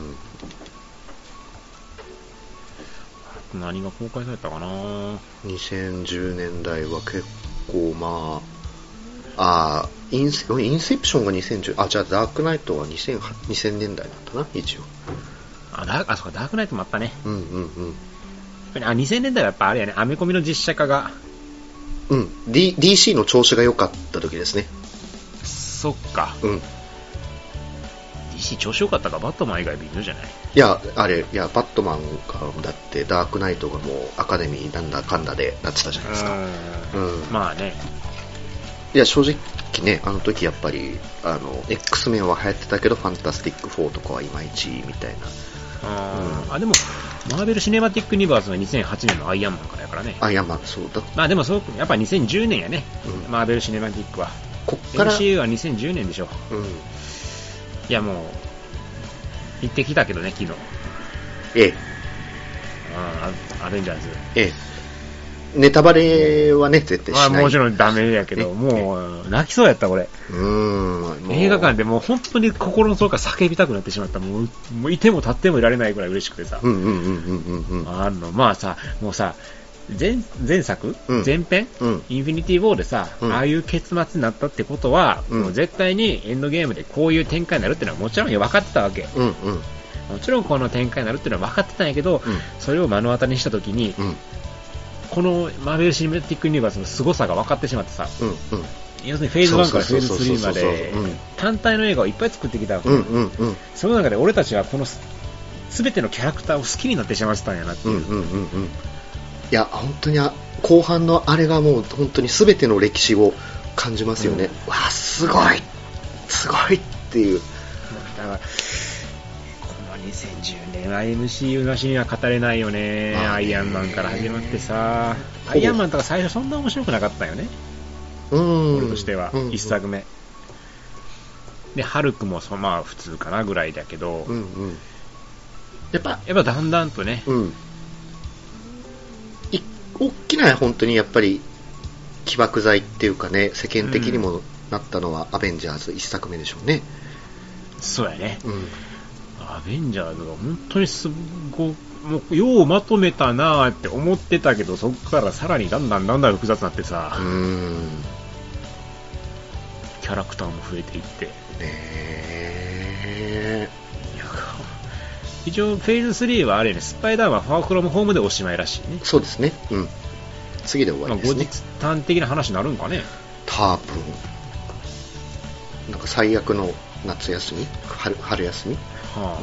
何が公開されたかな。 2010年代は結構インセプションが2010、じゃあダークナイトは2000年代なんだな、一応。 そうか、ダークナイトもあったね。2000年代はやっぱあれやね、アメコミの実写化が。 DC の調子が良かった時ですね。 そっか。DC 調子良かったか、バットマン以外微妙じゃない？ バットマンがだってダークナイトがもうアカデミーなんだかんだでなってたじゃないですか。 まあね。 いや正直ね、あの時やっぱりX メンは流行ってたけどファンタスティック4とかはいまいちみたいな。でもマーベルシネマティックユニバースの2008年のアイアンマンからやからね。 アイアンマン、そうだ。 でもやっぱ2010年やね、マーベルシネマティックは。 こっから MCU は2010年でしょ。いやもう行ってきたけどね、昨日。アベンジャーズ。 ネタバレはね絶対しない。 もちろんダメやけど、もう泣きそうやったこれ。映画館でもう本当に心の底から叫びたくなってしまった。もういても立ってもいられないぐらい嬉しくてさ。もうさ前作、前編、インフィニティ・ウォーでさ、ああいう結末になったってことは、もう絶対にエンドゲームでこういう展開になるっていうのはもちろん分かってたわけ。もちろんこの展開になるっていうのは分かってたんやけど、それを目の当たりにした時に、このマーベルシネマティックユニバースの凄さが分かってしまってさ、要するにフェーズ1からフェーズ3まで単体の映画をいっぱい作ってきたわけ。その中で俺たちはこの全てのキャラクターを好きになってしまってたんやなっていう。 いや本当に後半のあれがもう本当に全ての歴史を感じますよね。わあすごいっていう。だから 2010年は MCU なしには語れないよね。アイアンマンから始まってさ、アイアンマンとか最初そんな面白くなかったよね。俺としては1作目で、ハルクも普通かなぐらいだけど、やっぱだんだんとね、 大きな本当にやっぱり起爆剤っていうかね、世間的にもなったのはアベンジャーズ1作目でしょうね。 そうやね。アベンジャーズが本当にもうようまとめたなーって思ってたけど、そこからさらにだんだん複雑になってさ、キャラクターも増えていって一応フェーズ3はあれね、スパイダーマンファーフロムホームでおしまいらしいね。 そうですね。次で終わりですね。 後日談的な話になるんかね。 多分なんか最悪の夏休み、春休み。本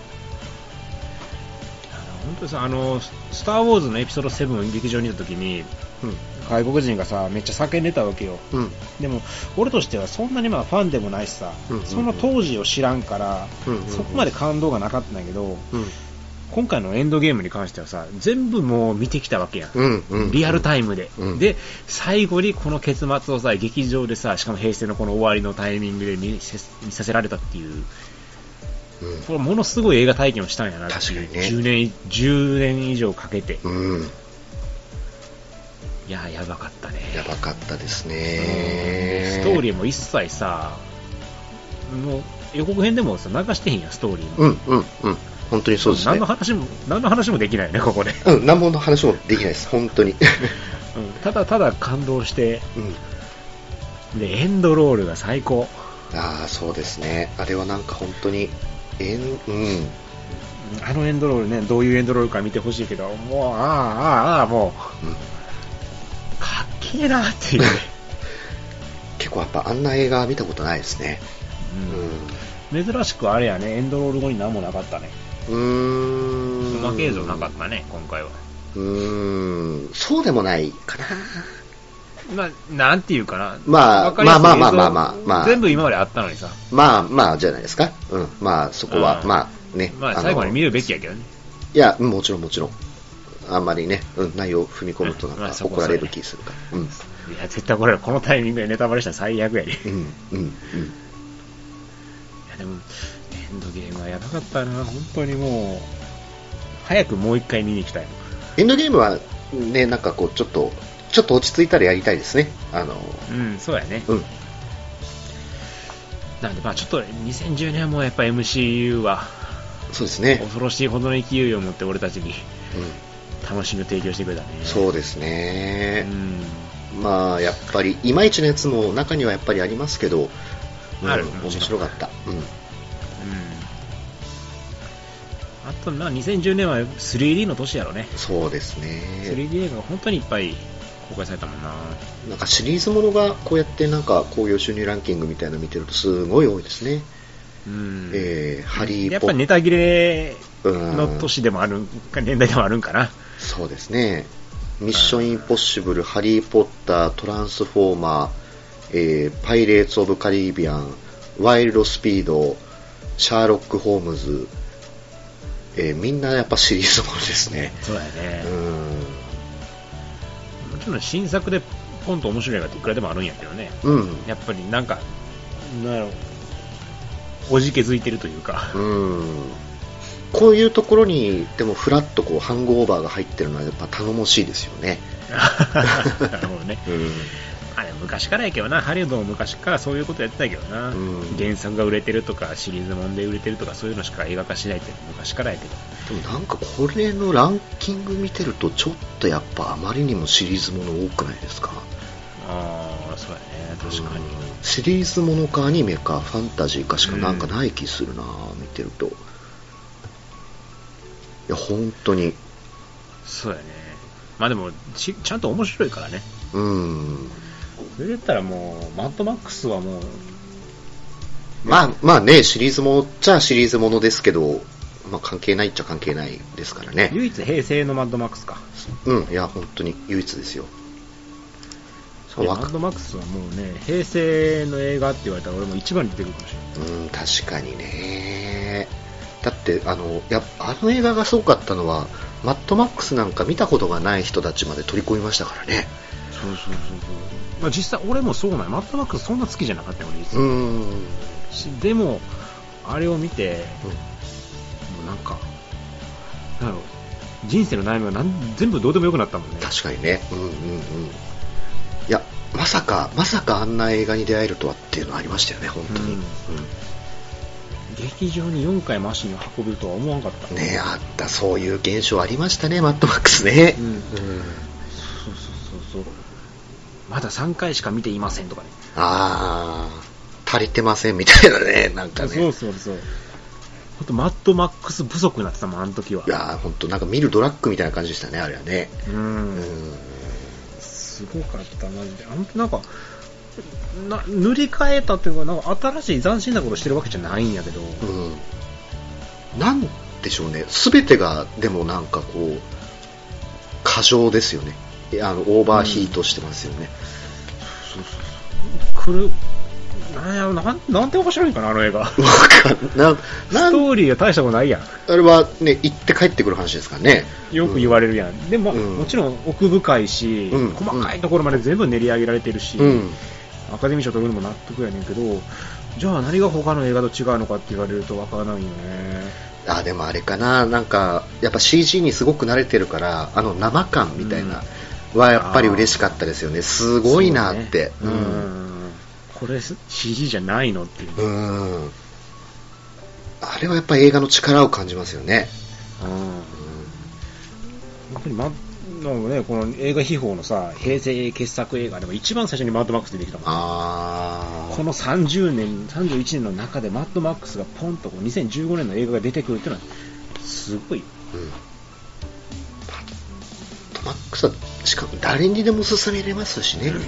当にさ、スター・ウォーズのエピソード7劇場にいた時に、外国人がさめっちゃ叫んでたわけよ。でも俺としてはそんなにファンでもないしさ、その当時を知らんから、そこまで感動がなかったんだけど、今回のエンドゲームに関してはさ、全部もう見てきたわけやん、リアルタイムで、で最後にこの結末をさ劇場でさ、しかも平成のこの終わりのタイミングで見させられたっていう、これものすごい映画体験をしたんやなっていう、10年以上かけて、いややばかったね。 やばかったですね。 ストーリーも一切さ、もう予告編でもさ流してへんやストーリーも。 本当にそうですね。 何の話もできないねここで。 何もの話もできないです本当に。 ただ感動して、でエンドロールが最高。 そうですね。あれはなんか本当にあのエンドロールね、どういうエンドロールか見てほしいけど、もうもうかっけえなっていう。 結構やっぱあんな映画見たことないですね。 珍しくあれやね、エンドロール後に何もなかったね。負け映像なかったね今回は。 そうでもないかな。 なんていうかな。 まあ全部今まであったのにさ。 まあじゃないですか。そこはね。 最後まで見るべきやけどね。 いやもちろんあんまりね、内容を踏み込むとなんか怒られる気するから。 いや絶対このタイミングでネタバレしたら最悪やで。いやでもエンドゲームはやばかったな本当に。もう早くもう一回見に行きたい。 エンドゲームはね、なんかこうちょっと落ち着いたらやりたいですね。 そうやね。 なんでちょっと2010年もやっぱ MCU はそうですね、 恐ろしいほどの勢いを持って俺たちに、楽しみを提供してくれたね。 そうですね、やっぱりいまいちのやつも中にはやっぱりありますけど、面白かった。 あと2010年は 3D の年やろね。 そうですね、 3D 映画が本当にいっぱい公開されたもんな。 なんかシリーズものがこうやってなんか興行収入ランキングみたいなの見てるとすごい多いですね。ハリーポッターやっぱネタ切れの年でもある年代でもあるんかな。 そうですね、ミッションインポッシブル、ハリーポッター、トランスフォーマー、パイレーツオブカリビアン、ワイルドスピード、シャーロックホームズ、みんなやっぱシリーズものですね。 そうだよね。もちろん新作でポンと面白い映画っていくらでもあるんやけどね、やっぱりなんかおじけづいてるというか、こういうところにでもフラッとこうハングオーバーが入ってるのはやっぱ頼もしいですよね。 なるほどね。あれ昔からやけどな、ハリウッドも昔からそういうことやってたけどな、原作が売れてるとかシリーズもんで売れてるとかそういうのしか映画化しないって昔からやけど、 でもなんかこれのランキング見てるとちょっとやっぱあまりにもシリーズもの多くないですか。 そうやね、確かに。 シリーズものかアニメかファンタジーかしかなんかない気するな、見てると。いや本当にそうやね。でもちゃんと面白いからね。それで言ったらもうマッドマックスはもうね、シリーズものっちゃシリーズものですけど、関係ないっちゃ関係ないですからね。 唯一平成のマッドマックスか。 いや本当に唯一ですよ。 マッドマックスはもうね、平成の映画って言われたら俺も一番に出てくるかもしれない。 確かにね。だってあの映画がすごかったのはマッドマックスなんか見たことがない人たちまで取り込みましたからね。 そう実際俺もそうなん、マッドマックスそんな好きじゃなかったよ俺実は。でもあれを見て、もうなんか人生の悩みが全部どうでもよくなったもんね。 確かにね。いやまさかあんな映画に出会えるとはっていうのはありましたよね本当に。 劇場に4回も足に運べるとは思わなかったね。あった、そういう現象ありましたね、マッドマックスね。 そうまだ3回しか見ていませんとかね。 足りてませんみたいなね、なんかね。 そう本当マッドマックス不足になってたもんあの時は。 いや本当なんか見るドラッグみたいな感じでしたねあれはね。 すごかったマジで。なんか塗り替えたっていうか、なんか新しい斬新なことしてるわけじゃないんやけど、 なんでしょうね、全てがでもなんかこう過剰ですよね。オーバーヒートしてますよね。 なんて面白いんかなあの映画。ストーリーが大したことないやん。 あれはね、行って帰ってくる話ですからね。 よく言われるやん。でも、もちろん奥深いし、細かいところまで全部練り上げられてるし、アカデミー賞取るのも納得やねんけど、じゃあ何が他の映画と違うのかって言われるとわからないよね。 でもあれかな、なんかやっぱ CG にすごく慣れてるから生感みたいなはやっぱり嬉しかったですよね。すごいなって、 これ CG じゃないのっていう、 あれはやっぱり映画の力を感じますよね。 やっぱりなんかね、この映画秘宝のさ、平成傑作映画でも一番最初にマッドマックス出てきたもん。この30年31年の中でマッドマックスがポンと2015年の映画が出てくるっていうのはすごい。 マッドマックスはしかも誰にでも勧めれますしね。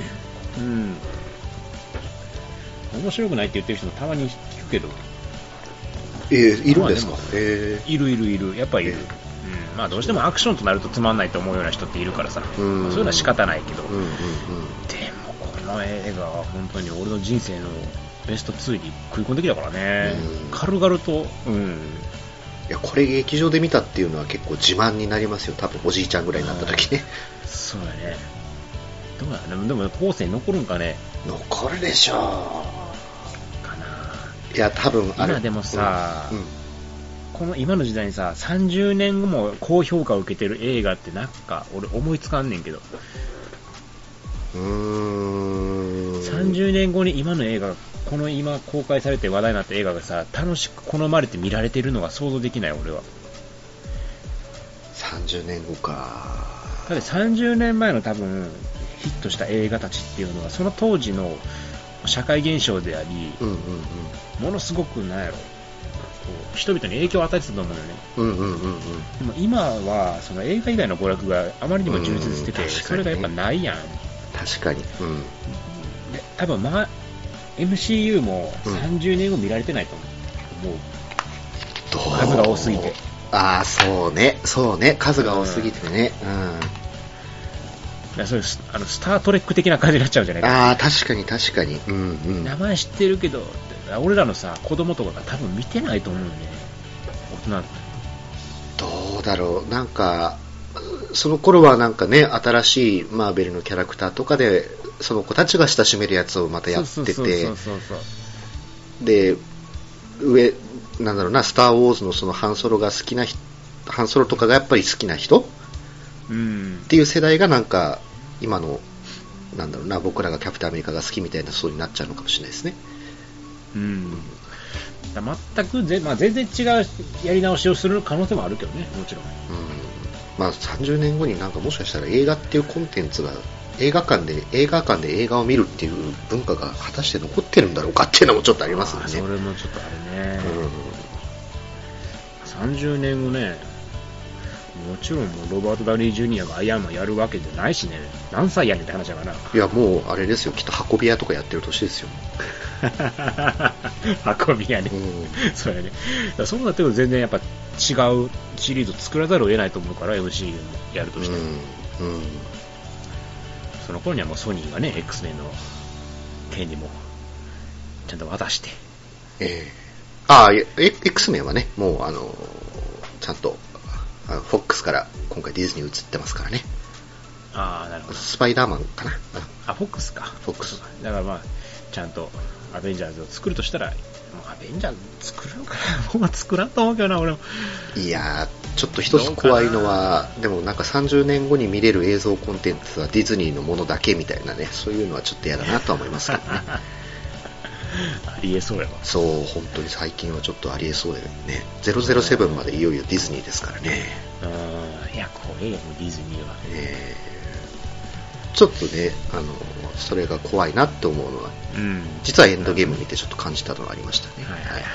面白くないって言ってる人もたまに聞くけど、 いるんですか。 いるやっぱりいる。どうしてもアクションとなるとつまんないと思うような人っているからさ、そういうのは仕方ないけど、でもこの映画は本当に俺の人生のベスト2に食い込んできたからね。軽々と。いやこれ劇場で見たっていうのは結構自慢になりますよ、多分おじいちゃんぐらいになった時ね。 そうだね。どうだね。でも後世に残るんかね。 残るでしょうかな。いや多分今でもさ、この今の時代にさ、30年後も高評価を受けてる映画ってなんか俺思いつかんねんけど。30年後に今の映画がこの今公開されて話題になった映画がさ、楽しく好まれて見られてるのが想像できない、俺は。 30年後か。 だって30年前の多分ヒットした映画たちっていうのはその当時の社会現象であり、ものすごくなんやろ、人々に影響を与えてたと思うよね。でも今はその映画以外の娯楽があまりにも充実してて、それがやっぱないやん。 確かに。で多分MCU も30年後見られてないと思う。数が多すぎて。 そうね、数が多すぎてね。 そういうスタートレック的な感じになっちゃうんじゃないかな。 確かに。 名前知ってるけど、俺らのさ、子供とかが多分見てないと思うね。大人。 どうだろう、なんか、その頃はなんかね、新しいマーベルのキャラクターとかで、その子たちが親しめるやつをまたやってて、で、なんだろうな、スター・ウォーズのそのハンソロが好きな人、ハンソロとかがやっぱり好きな人っていう世代がなんか今のなんだろうな、僕らがキャプテンアメリカが好きみたいなそうになっちゃうのかもしれないですね。 全く全然違うやり直しをする可能性もあるけどね、もちろん。 30年後になんかもしかしたら映画っていうコンテンツが映画館で映画を見るっていう文化が果たして残ってるんだろうかっていうのもちょっとありますよね。 それもちょっとあれね。30年後ね、もちろんもうロバート・ダウニー・ジュニアがアイアンマンやるわけじゃないしね、何歳やねんって話だから。 いやもうあれですよ、きっと運び屋とかやってる年ですよ。 運び屋ね、そうやね。そうなってくると全然やっぱ違うシリーズを作らざるを得ないと思うから、 MC もやるとしても、その頃にはもうソニーがね X メンの権利もちゃんと渡して、 X メンはねもうちゃんとフォックスから今回ディズニー移ってますからね。 なるほど。 スパイダーマンかな。 フォックスか。フォックスだからちゃんとアベンジャーズを作るとしたら、もうアベンジャーズ作るのかな、もう作らんと思うけどな、俺も。いやー、ちょっと一つ怖いのは、でもなんか30年後に見れる映像コンテンツはディズニーのものだけみたいなね、そういうのはちょっと嫌だなとは思いますけどね。 ありえそうやわ。 そう、本当に最近はちょっとありえそうだよね。007までいよいよディズニーですからね。 いや、怖いよ、ディズニーは。 ちょっとね、それが怖いなって思うのは、実はエンドゲーム見てちょっと感じたのがありましたね。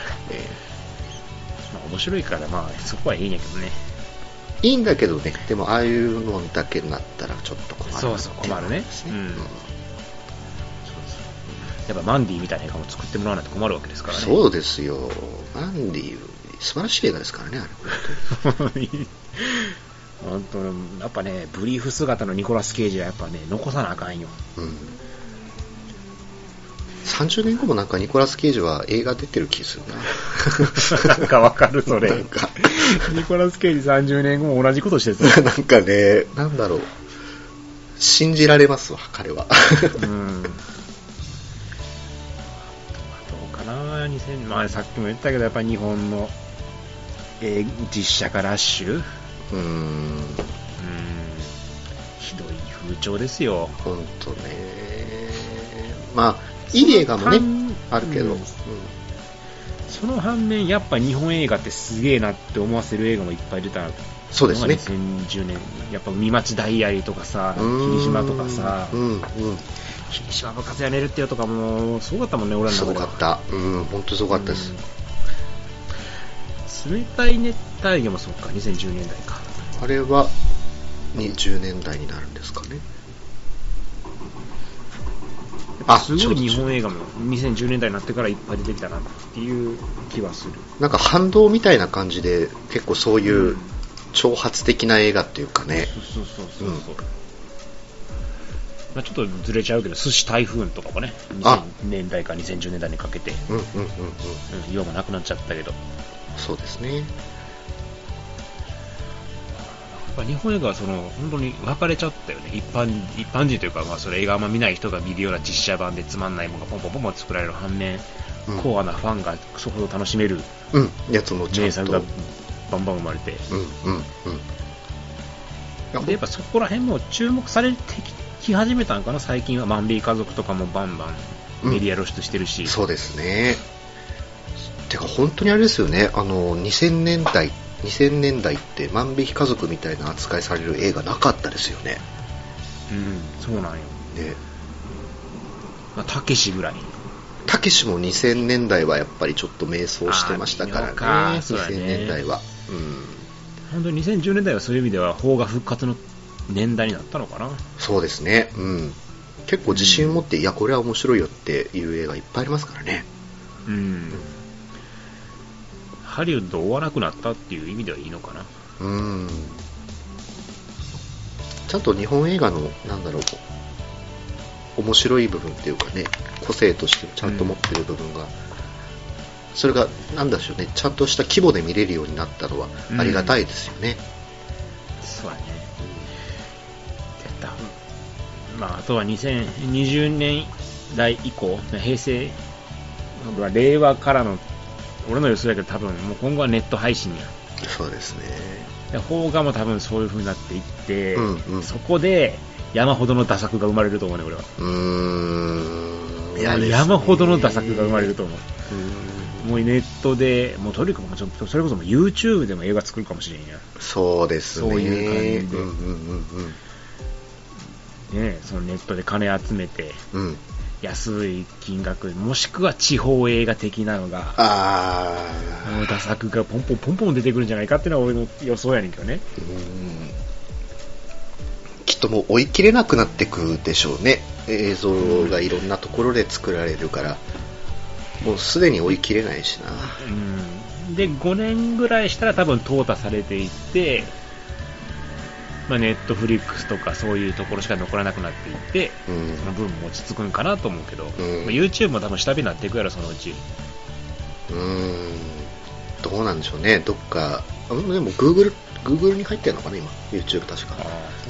面白いから、そこはいいんやけどね。 いいんだけどね、でもああいうのだけになったらちょっと困る。 そう困るね。やっぱマンディみたいな映画も作ってもらわないと困るわけですからね。 そうですよ、マンディ素晴らしい映画ですからね、あれ本当に。 本当にやっぱね、ブリーフ姿のニコラス・ケイジはやっぱね残さなあかんよ。 30年後もなんかニコラス・ケイジは映画出てる気するな。なんかわかるそれ。なんかニコラス・ケイジ30年後も同じことしてる。 なんかね、なんだろう、信じられますわ彼は。さっきも言ったけど、やっぱり日本の、実写化ラッシュ、ひどい風潮ですよ。本当ね。いい映画もねあるけど、その反面やっぱ日本映画ってすげえなって思わせる映画もいっぱい出た。そうですね。2010年やっぱ海町ダイアリーとかさ、霧島とかさ、霧島部活やめるってよとかもすごかったもんね、俺らの中では。すごかった。本当すごかったです。冷たい熱帯魚もそうか、2010年代か。あれは20年代になるんですかね。すごい日本映画も2010年代になってからいっぱい出てきたなっていう気はする。なんか反動みたいな感じで結構そういう挑発的な映画っていうかね。ちょっとずれちゃうけど、寿司台風とかもね、2000年代から2010年代にかけて用がなくなっちゃったけど。そうですね。日本映画は本当に分かれちゃったよね。一般人というか、それ映画あんま見ない人が見るような実写版でつまんないものがポンポンポン作られる反面、コアなファンがそこを楽しめるやつも名作がバンバン生まれて、でやっぱそこら辺も注目されてき始めたのかな、最近は。万引き家族とかもバンバンメディア露出してるし、 そうですね。てか本当にあれですよね、2000年代って万引き家族みたいな扱いされる映画なかったですよね。 そうなんよね。たけしぐらい。 たけしも2000年代はやっぱりちょっと迷走してましたからね。2000年代は、 本当に2010年代はそういう意味では邦画復活の年代になったのかな。 そうですね、結構自信を持って、いやこれは面白いよっていう映画いっぱいありますからね。 ハリウッド追わなくなったっていう意味ではいいのかな。 ちゃんと日本映画の面白い部分っていうかね、個性としてちゃんと持ってる部分が、それがなんでしょうね、ちゃんとした規模で見れるようになったのはありがたいですよね。 そうだね。あとは2020年代以降、平成、令和からの俺の予想だけど、多分もう今後はネット配信や。 そうですね。 邦画も多分そういう風になっていって、そこで山ほどの打作が生まれると思うね、俺は。山ほどの打作が生まれると思う。もうネットで、もうとにかくそれこそもう YouTube でも映画作るかもしれんや。 そうですね。 そういう感じで。ね、そのネットで金集めて、安い金額、もしくは地方映画的なのが、打作がポンポン出てくるんじゃないかっていうのは俺の予想やねんけどね。 きっともう追い切れなくなってくでしょうね。映像がいろんなところで作られるから、もうすでに追い切れないしな。 で5年ぐらいしたら多分淘汰されていって、ネットフリックスとかそういうところしか残らなくなっていって、その分も落ち着くんかなと思うけど、YouTube も多分下火になっていくやろ、そのうち。 どうなんでしょうね。どっかでも Google に入ってるのかな今 YouTube 確か。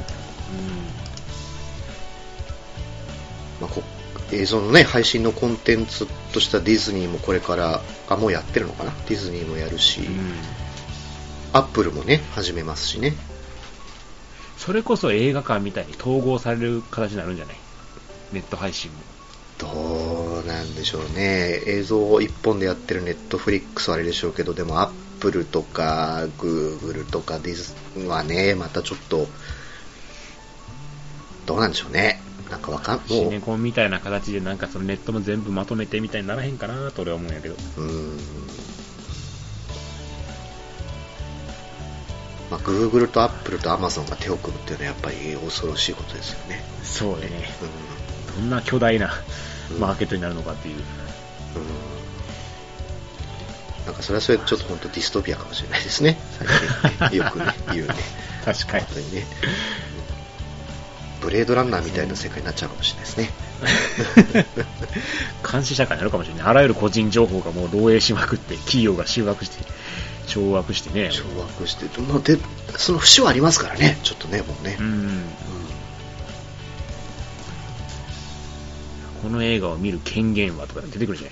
映像のね配信のコンテンツとしたディズニーもこれからもうやってるのかな。ディズニーもやるし、Apple もね始めますしね。 それこそ映画館みたいに統合される形になるんじゃない？ネット配信も。 どうなんでしょうね。映像を一本でやってるネットフリックスはあれでしょうけど、でも Apple とか Google とかディズニーはね、またちょっとどうなんでしょうね。なんかシネコンみたいな形でなんかそのネットも全部まとめてみたいにならへんかなと俺は思うんやけど。 Google と Apple と Amazon が手を組むっていうのはやっぱり恐ろしいことですよね。 そうね。どんな巨大なマーケットになるのかっていう。 なんかそれはそれでちょっと本当ディストピアかもしれないですね。最近よくね言うね。 確かに。 本当にね。ブレードランナーみたいな世界になっちゃうかもしれないですね。 監視社会になるかもしれない。あらゆる個人情報がもう漏洩しまくって、企業が掌握してね。 掌握して、でその節はありますからね。ちょっとねもうね。 この映画を見る権限はとか出てくるじゃない。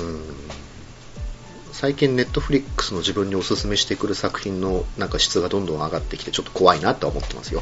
最近ネットフリックスの自分におすすめしてくる作品のなんか質がどんどん上がってきてちょっと怖いなとは思ってますよ。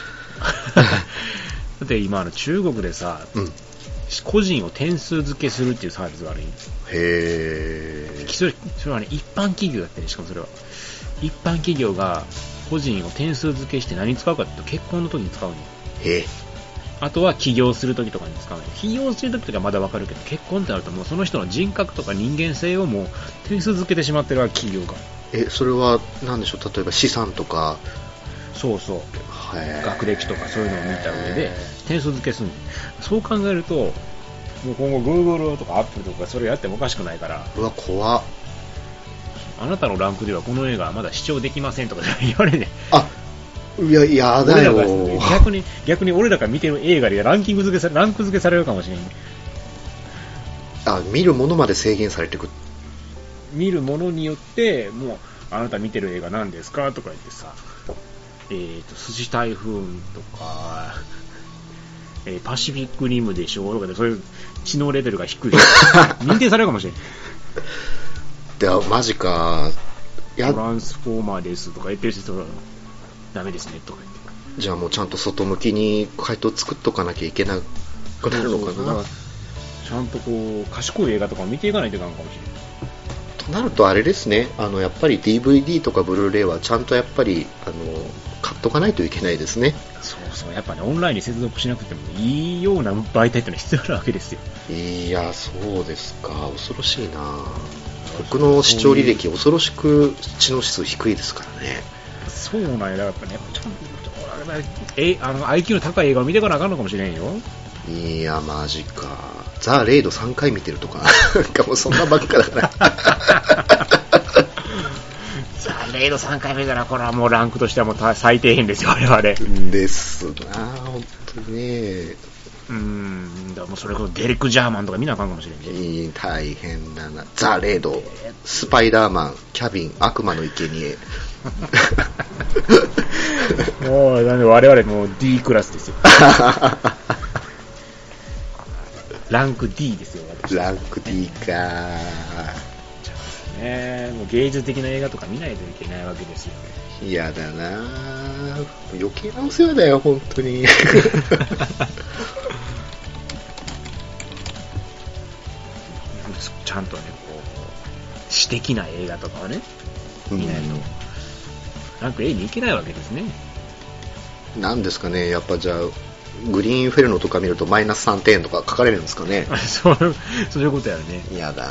だって今中国でさ、個人を点数付けするっていうサービスがあるんよ。それはね一般企業だったね。しかもそれは一般企業が個人を点数付けして何に使うかっていうと結婚の時に使うのよ。あとは起業する時とかに使うのよ。起業する時とかまだわかるけど、結婚ってなるともうその人の人格とか人間性をもう点数付けてしまってるわけ、企業が。 それは何でしょう。例えば資産とか。 そう学歴とかそういうのを見た上で点数付けするの。そう考えるともう今後 Google とか Apple とかそれやってもおかしくないから。 うわ怖っ。 あなたのランクではこの映画はまだ視聴できませんとか言われて、 いやいやだよ。 逆に俺らが見てる映画でランク付けされるかもしれない。見るものまで制限されてく。 見るものによってもうあなた見てる映画何ですかとか言ってさ、寿司台風とか、パシフィックリムでしょとかで、そういう知能レベルが低い認定されるかもしれない。 でマジか。 トランスフォーマーですとか言ってる人がダメですねとか言って。 じゃあもうちゃんと外向きに回答作っとかなきゃいけなくなるのかな。 ちゃんとこう賢い映画とかを見ていかないといけないかもしれないとなるとあれですね、やっぱり DVD とかブルーレイはちゃんとやっぱり買っとかないといけないですね。 そうそう、やっぱねオンラインに接続しなくてもいいような媒体ってのは必要なわけですよ。 いやそうですか、恐ろしいな。僕の視聴履歴恐ろしく知能指数低いですからね。 そうなんや、だからねちゃんとIQ の高い映画を見てからあかんのかもしれんよ。 いやマジか。ザ・レイド3回見てるとかなんかもうそんなばっかだからザ・レイド3回目ならこれはもうランクとしてはもう最低限ですよ、我々 ですな、本当にね。 だからもうそれこそデレック・ジャーマンとか見なあかんかもしれんね。大変だな。ザ・レイド、スパイダーマン、キャビン、悪魔の生贄もうなんで我々もう D クラスですよランク D ですよ、私。 ランク D かもう芸術的な映画とか見ないといけないわけですよね。 嫌だな、余計なお世話だよ本当にちゃんとねこう詩的な映画とかをね見ないとランク A に行けないわけですね。 なんですかね、やっぱじゃあグリーンフェルノとか見るとマイナス3点とか書かれるんですかねそういうことやね。 嫌だな。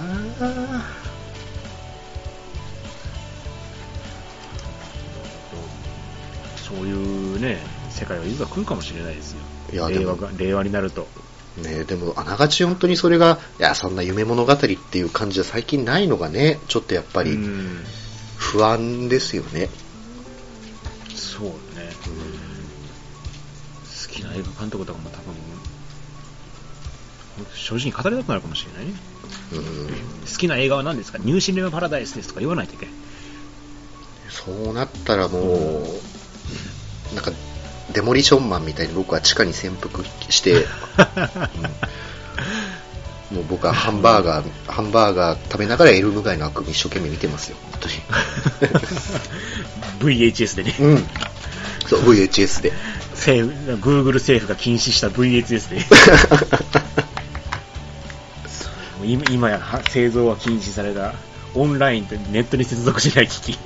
そういうね世界がいつか来るかもしれないですよ。 いや令和になるとね。でもあながち本当にそれがいやそんな夢物語っていう感じは最近ないのがね、ちょっとやっぱり不安ですよね。 そうね、好きな映画監督とかも多分正直に語れなくなるかもしれないね。好きな映画は何ですか、ニューシネマパラダイスですとか言わないといけない。そうなったらもう、なんかデモリションマンみたいに僕は地下に潜伏して、もう僕はハンバーガー食べながらエルム街の悪夢一生懸命見てますよ本当に VHS でね、 そう VHS で Google 政府が禁止した VHS で今や製造は禁止されたオンラインとネットに接続しない機器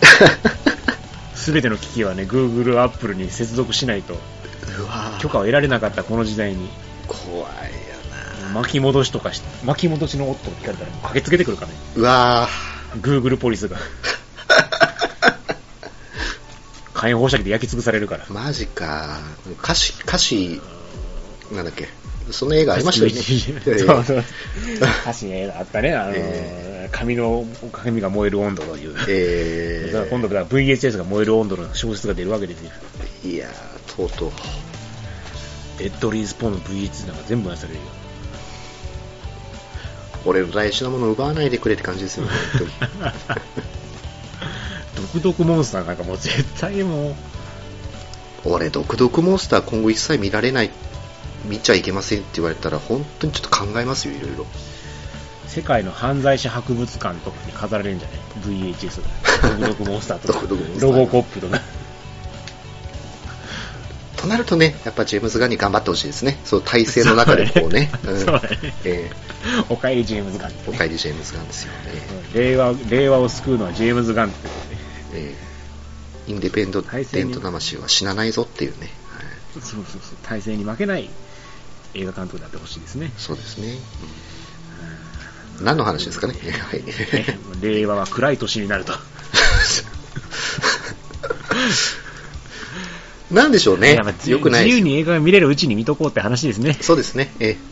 全ての機器はね Google、Apple に接続しないと許可を得られなかったこの時代に怖いよな。 巻き戻しの音とか聞かれたら駆けつけてくるからね。 うわー Google ポリスが火炎放射器で焼き潰されるから。 マジか。歌詞なんだっけ、その映画ありましたよねそう歌詞の映画あったね、髪が燃える温度という、だから今度から VHS が燃える温度の小説が出るわけですよ。 いやーとうとうデッドリースポーンの VHS なんか全部出されるよ。 俺の大事なものを奪わないでくれって感じですよね本当に毒毒モンスターなんかもう絶対もう俺毒毒モンスター今後一切見ちゃいけませんって言われたら本当にちょっと考えますよ、いろいろ。 世界の犯罪者博物館とかに飾られるんじゃない VHS 毒毒モンスターとかロボコップとかとなるとね、やっぱジェームズ・ガンに頑張ってほしいですね。そう体制の中でこうね。 おかえりジェームズ・ガン、 おかえりジェームズ・ガンですよね。令和を救うのはジェームズ・ガンっていうね。 インデペンデント魂は死なないぞっていうね。 そう体制に負けない映画監督になってほしいですね。 そうですね。何の話ですかね。はい。 令和は暗い年になると。 なんでしょうね。 よくない。自由に映画が見れるうちに見とこうって話ですね。 そうですね。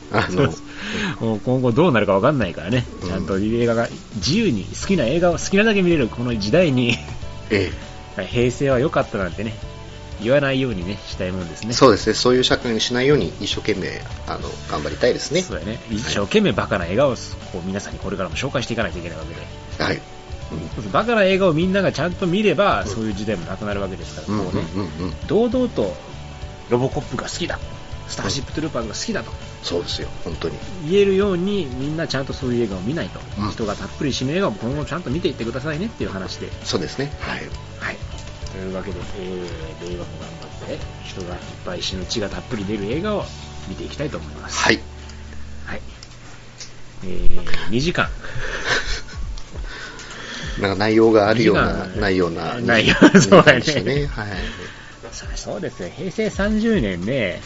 今後どうなるか分かんないからね。ちゃんと映画が自由に好きな映画を好きなだけ見れるこの時代に、平成は良かったなんてね。言わないようにねしたいもんですね。 そうですね。そういう社会にしないように一生懸命頑張りたいですね。 そうだね。一生懸命バカな映画をこう皆さんにこれからも紹介していかないといけないわけで。 はい。 バカな映画をみんながちゃんと見れば、そういう時代もなくなるわけですから、もうね、堂々とロボコップが好きだ、スターシップトゥルーパーズが好きだと、 そうですよ、本当に言えるようにみんなちゃんとそういう映画を見ないと、人がたっぷり死ぬ映画を今後ちゃんと見ていってくださいねっていう話で。 そうですね。はい。 はい。というわけで、令和も頑張って人がいっぱい死ぬ血がたっぷり出る映画を見ていきたいと思います。 はい。 はい。2時間。 なんか内容があるような、ないような。 内容、そうだね。 はい。 そうですね、平成30年ね、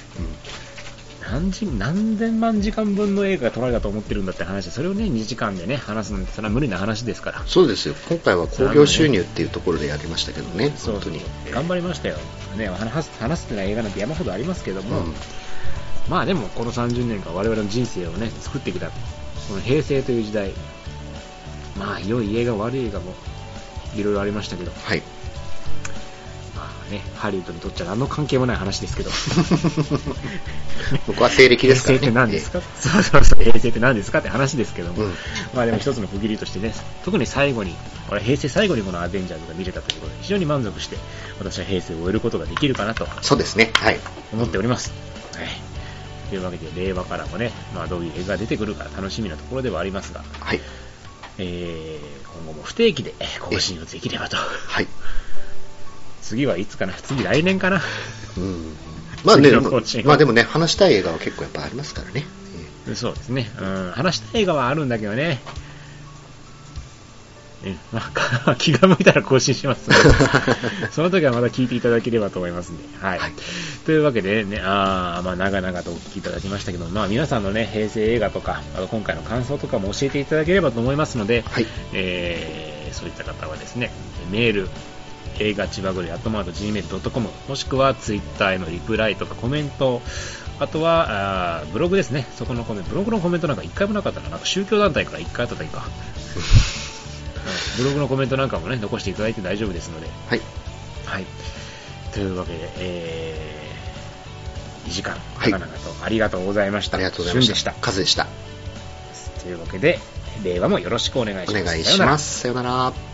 何千万時間分の映画が撮られたと思ってるんだって話で、それをね、2時間でね、話すなんて、それは無理な話ですから。 そうですよ、今回は興行収入っていうところでやりましたけどね、本当に。 頑張りましたよ。ね、話してない映画なんて山ほどありますけども、まあでも、この30年間、我々の人生をね、作ってきた、この平成という時代、まあ、良い映画、悪い映画も、いろいろありましたけど、 はい。 ね、ハリウッドにとっちゃ何の関係もない話ですけど僕は西暦ですからね。 平成って何ですか、そう平成って何ですかって話ですけども、まあでも一つの区切りとしてね、特に最後に平成最後にこのアベンジャーズが見れたということで非常に満足して私は平成を終えることができるかなとそうですね、はい、 思っております、はい、というわけで令和からもね、まあ、どういう映画が出てくるか楽しみなところではありますが、 はい、 今後も不定期で更新をできればと、はい、次はいつかな、次来年かな、 まあね、まあでもね、話したい映画は結構やっぱありますからね。 そうですね、話したい映画はあるんだけどね、まあ、気が向いたら更新しますのでその時はまた聞いていただければと思いますので、はいはい、というわけでね、まあ、長々とお聞きいただきましたけど、まあ、皆さんのね、平成映画とか、あと今回の感想とかも教えていただければと思いますので、はい、そういった方はですね、メール、映画千葉ぐり@gmail.com もしくはツイッターへのリプライとかコメント、あとはブログですね、そこのコメント、ブログのコメントなんか一回もなかったら、なんか宗教団体から一回あったらいいかブログのコメントなんかもね残していただいて大丈夫ですので、はい、はい、というわけで、2時間長々とありがとうございました。 ありがとうございました。カズでした。 というわけで令和もよろしくお願いします。 お願いします。さよなら。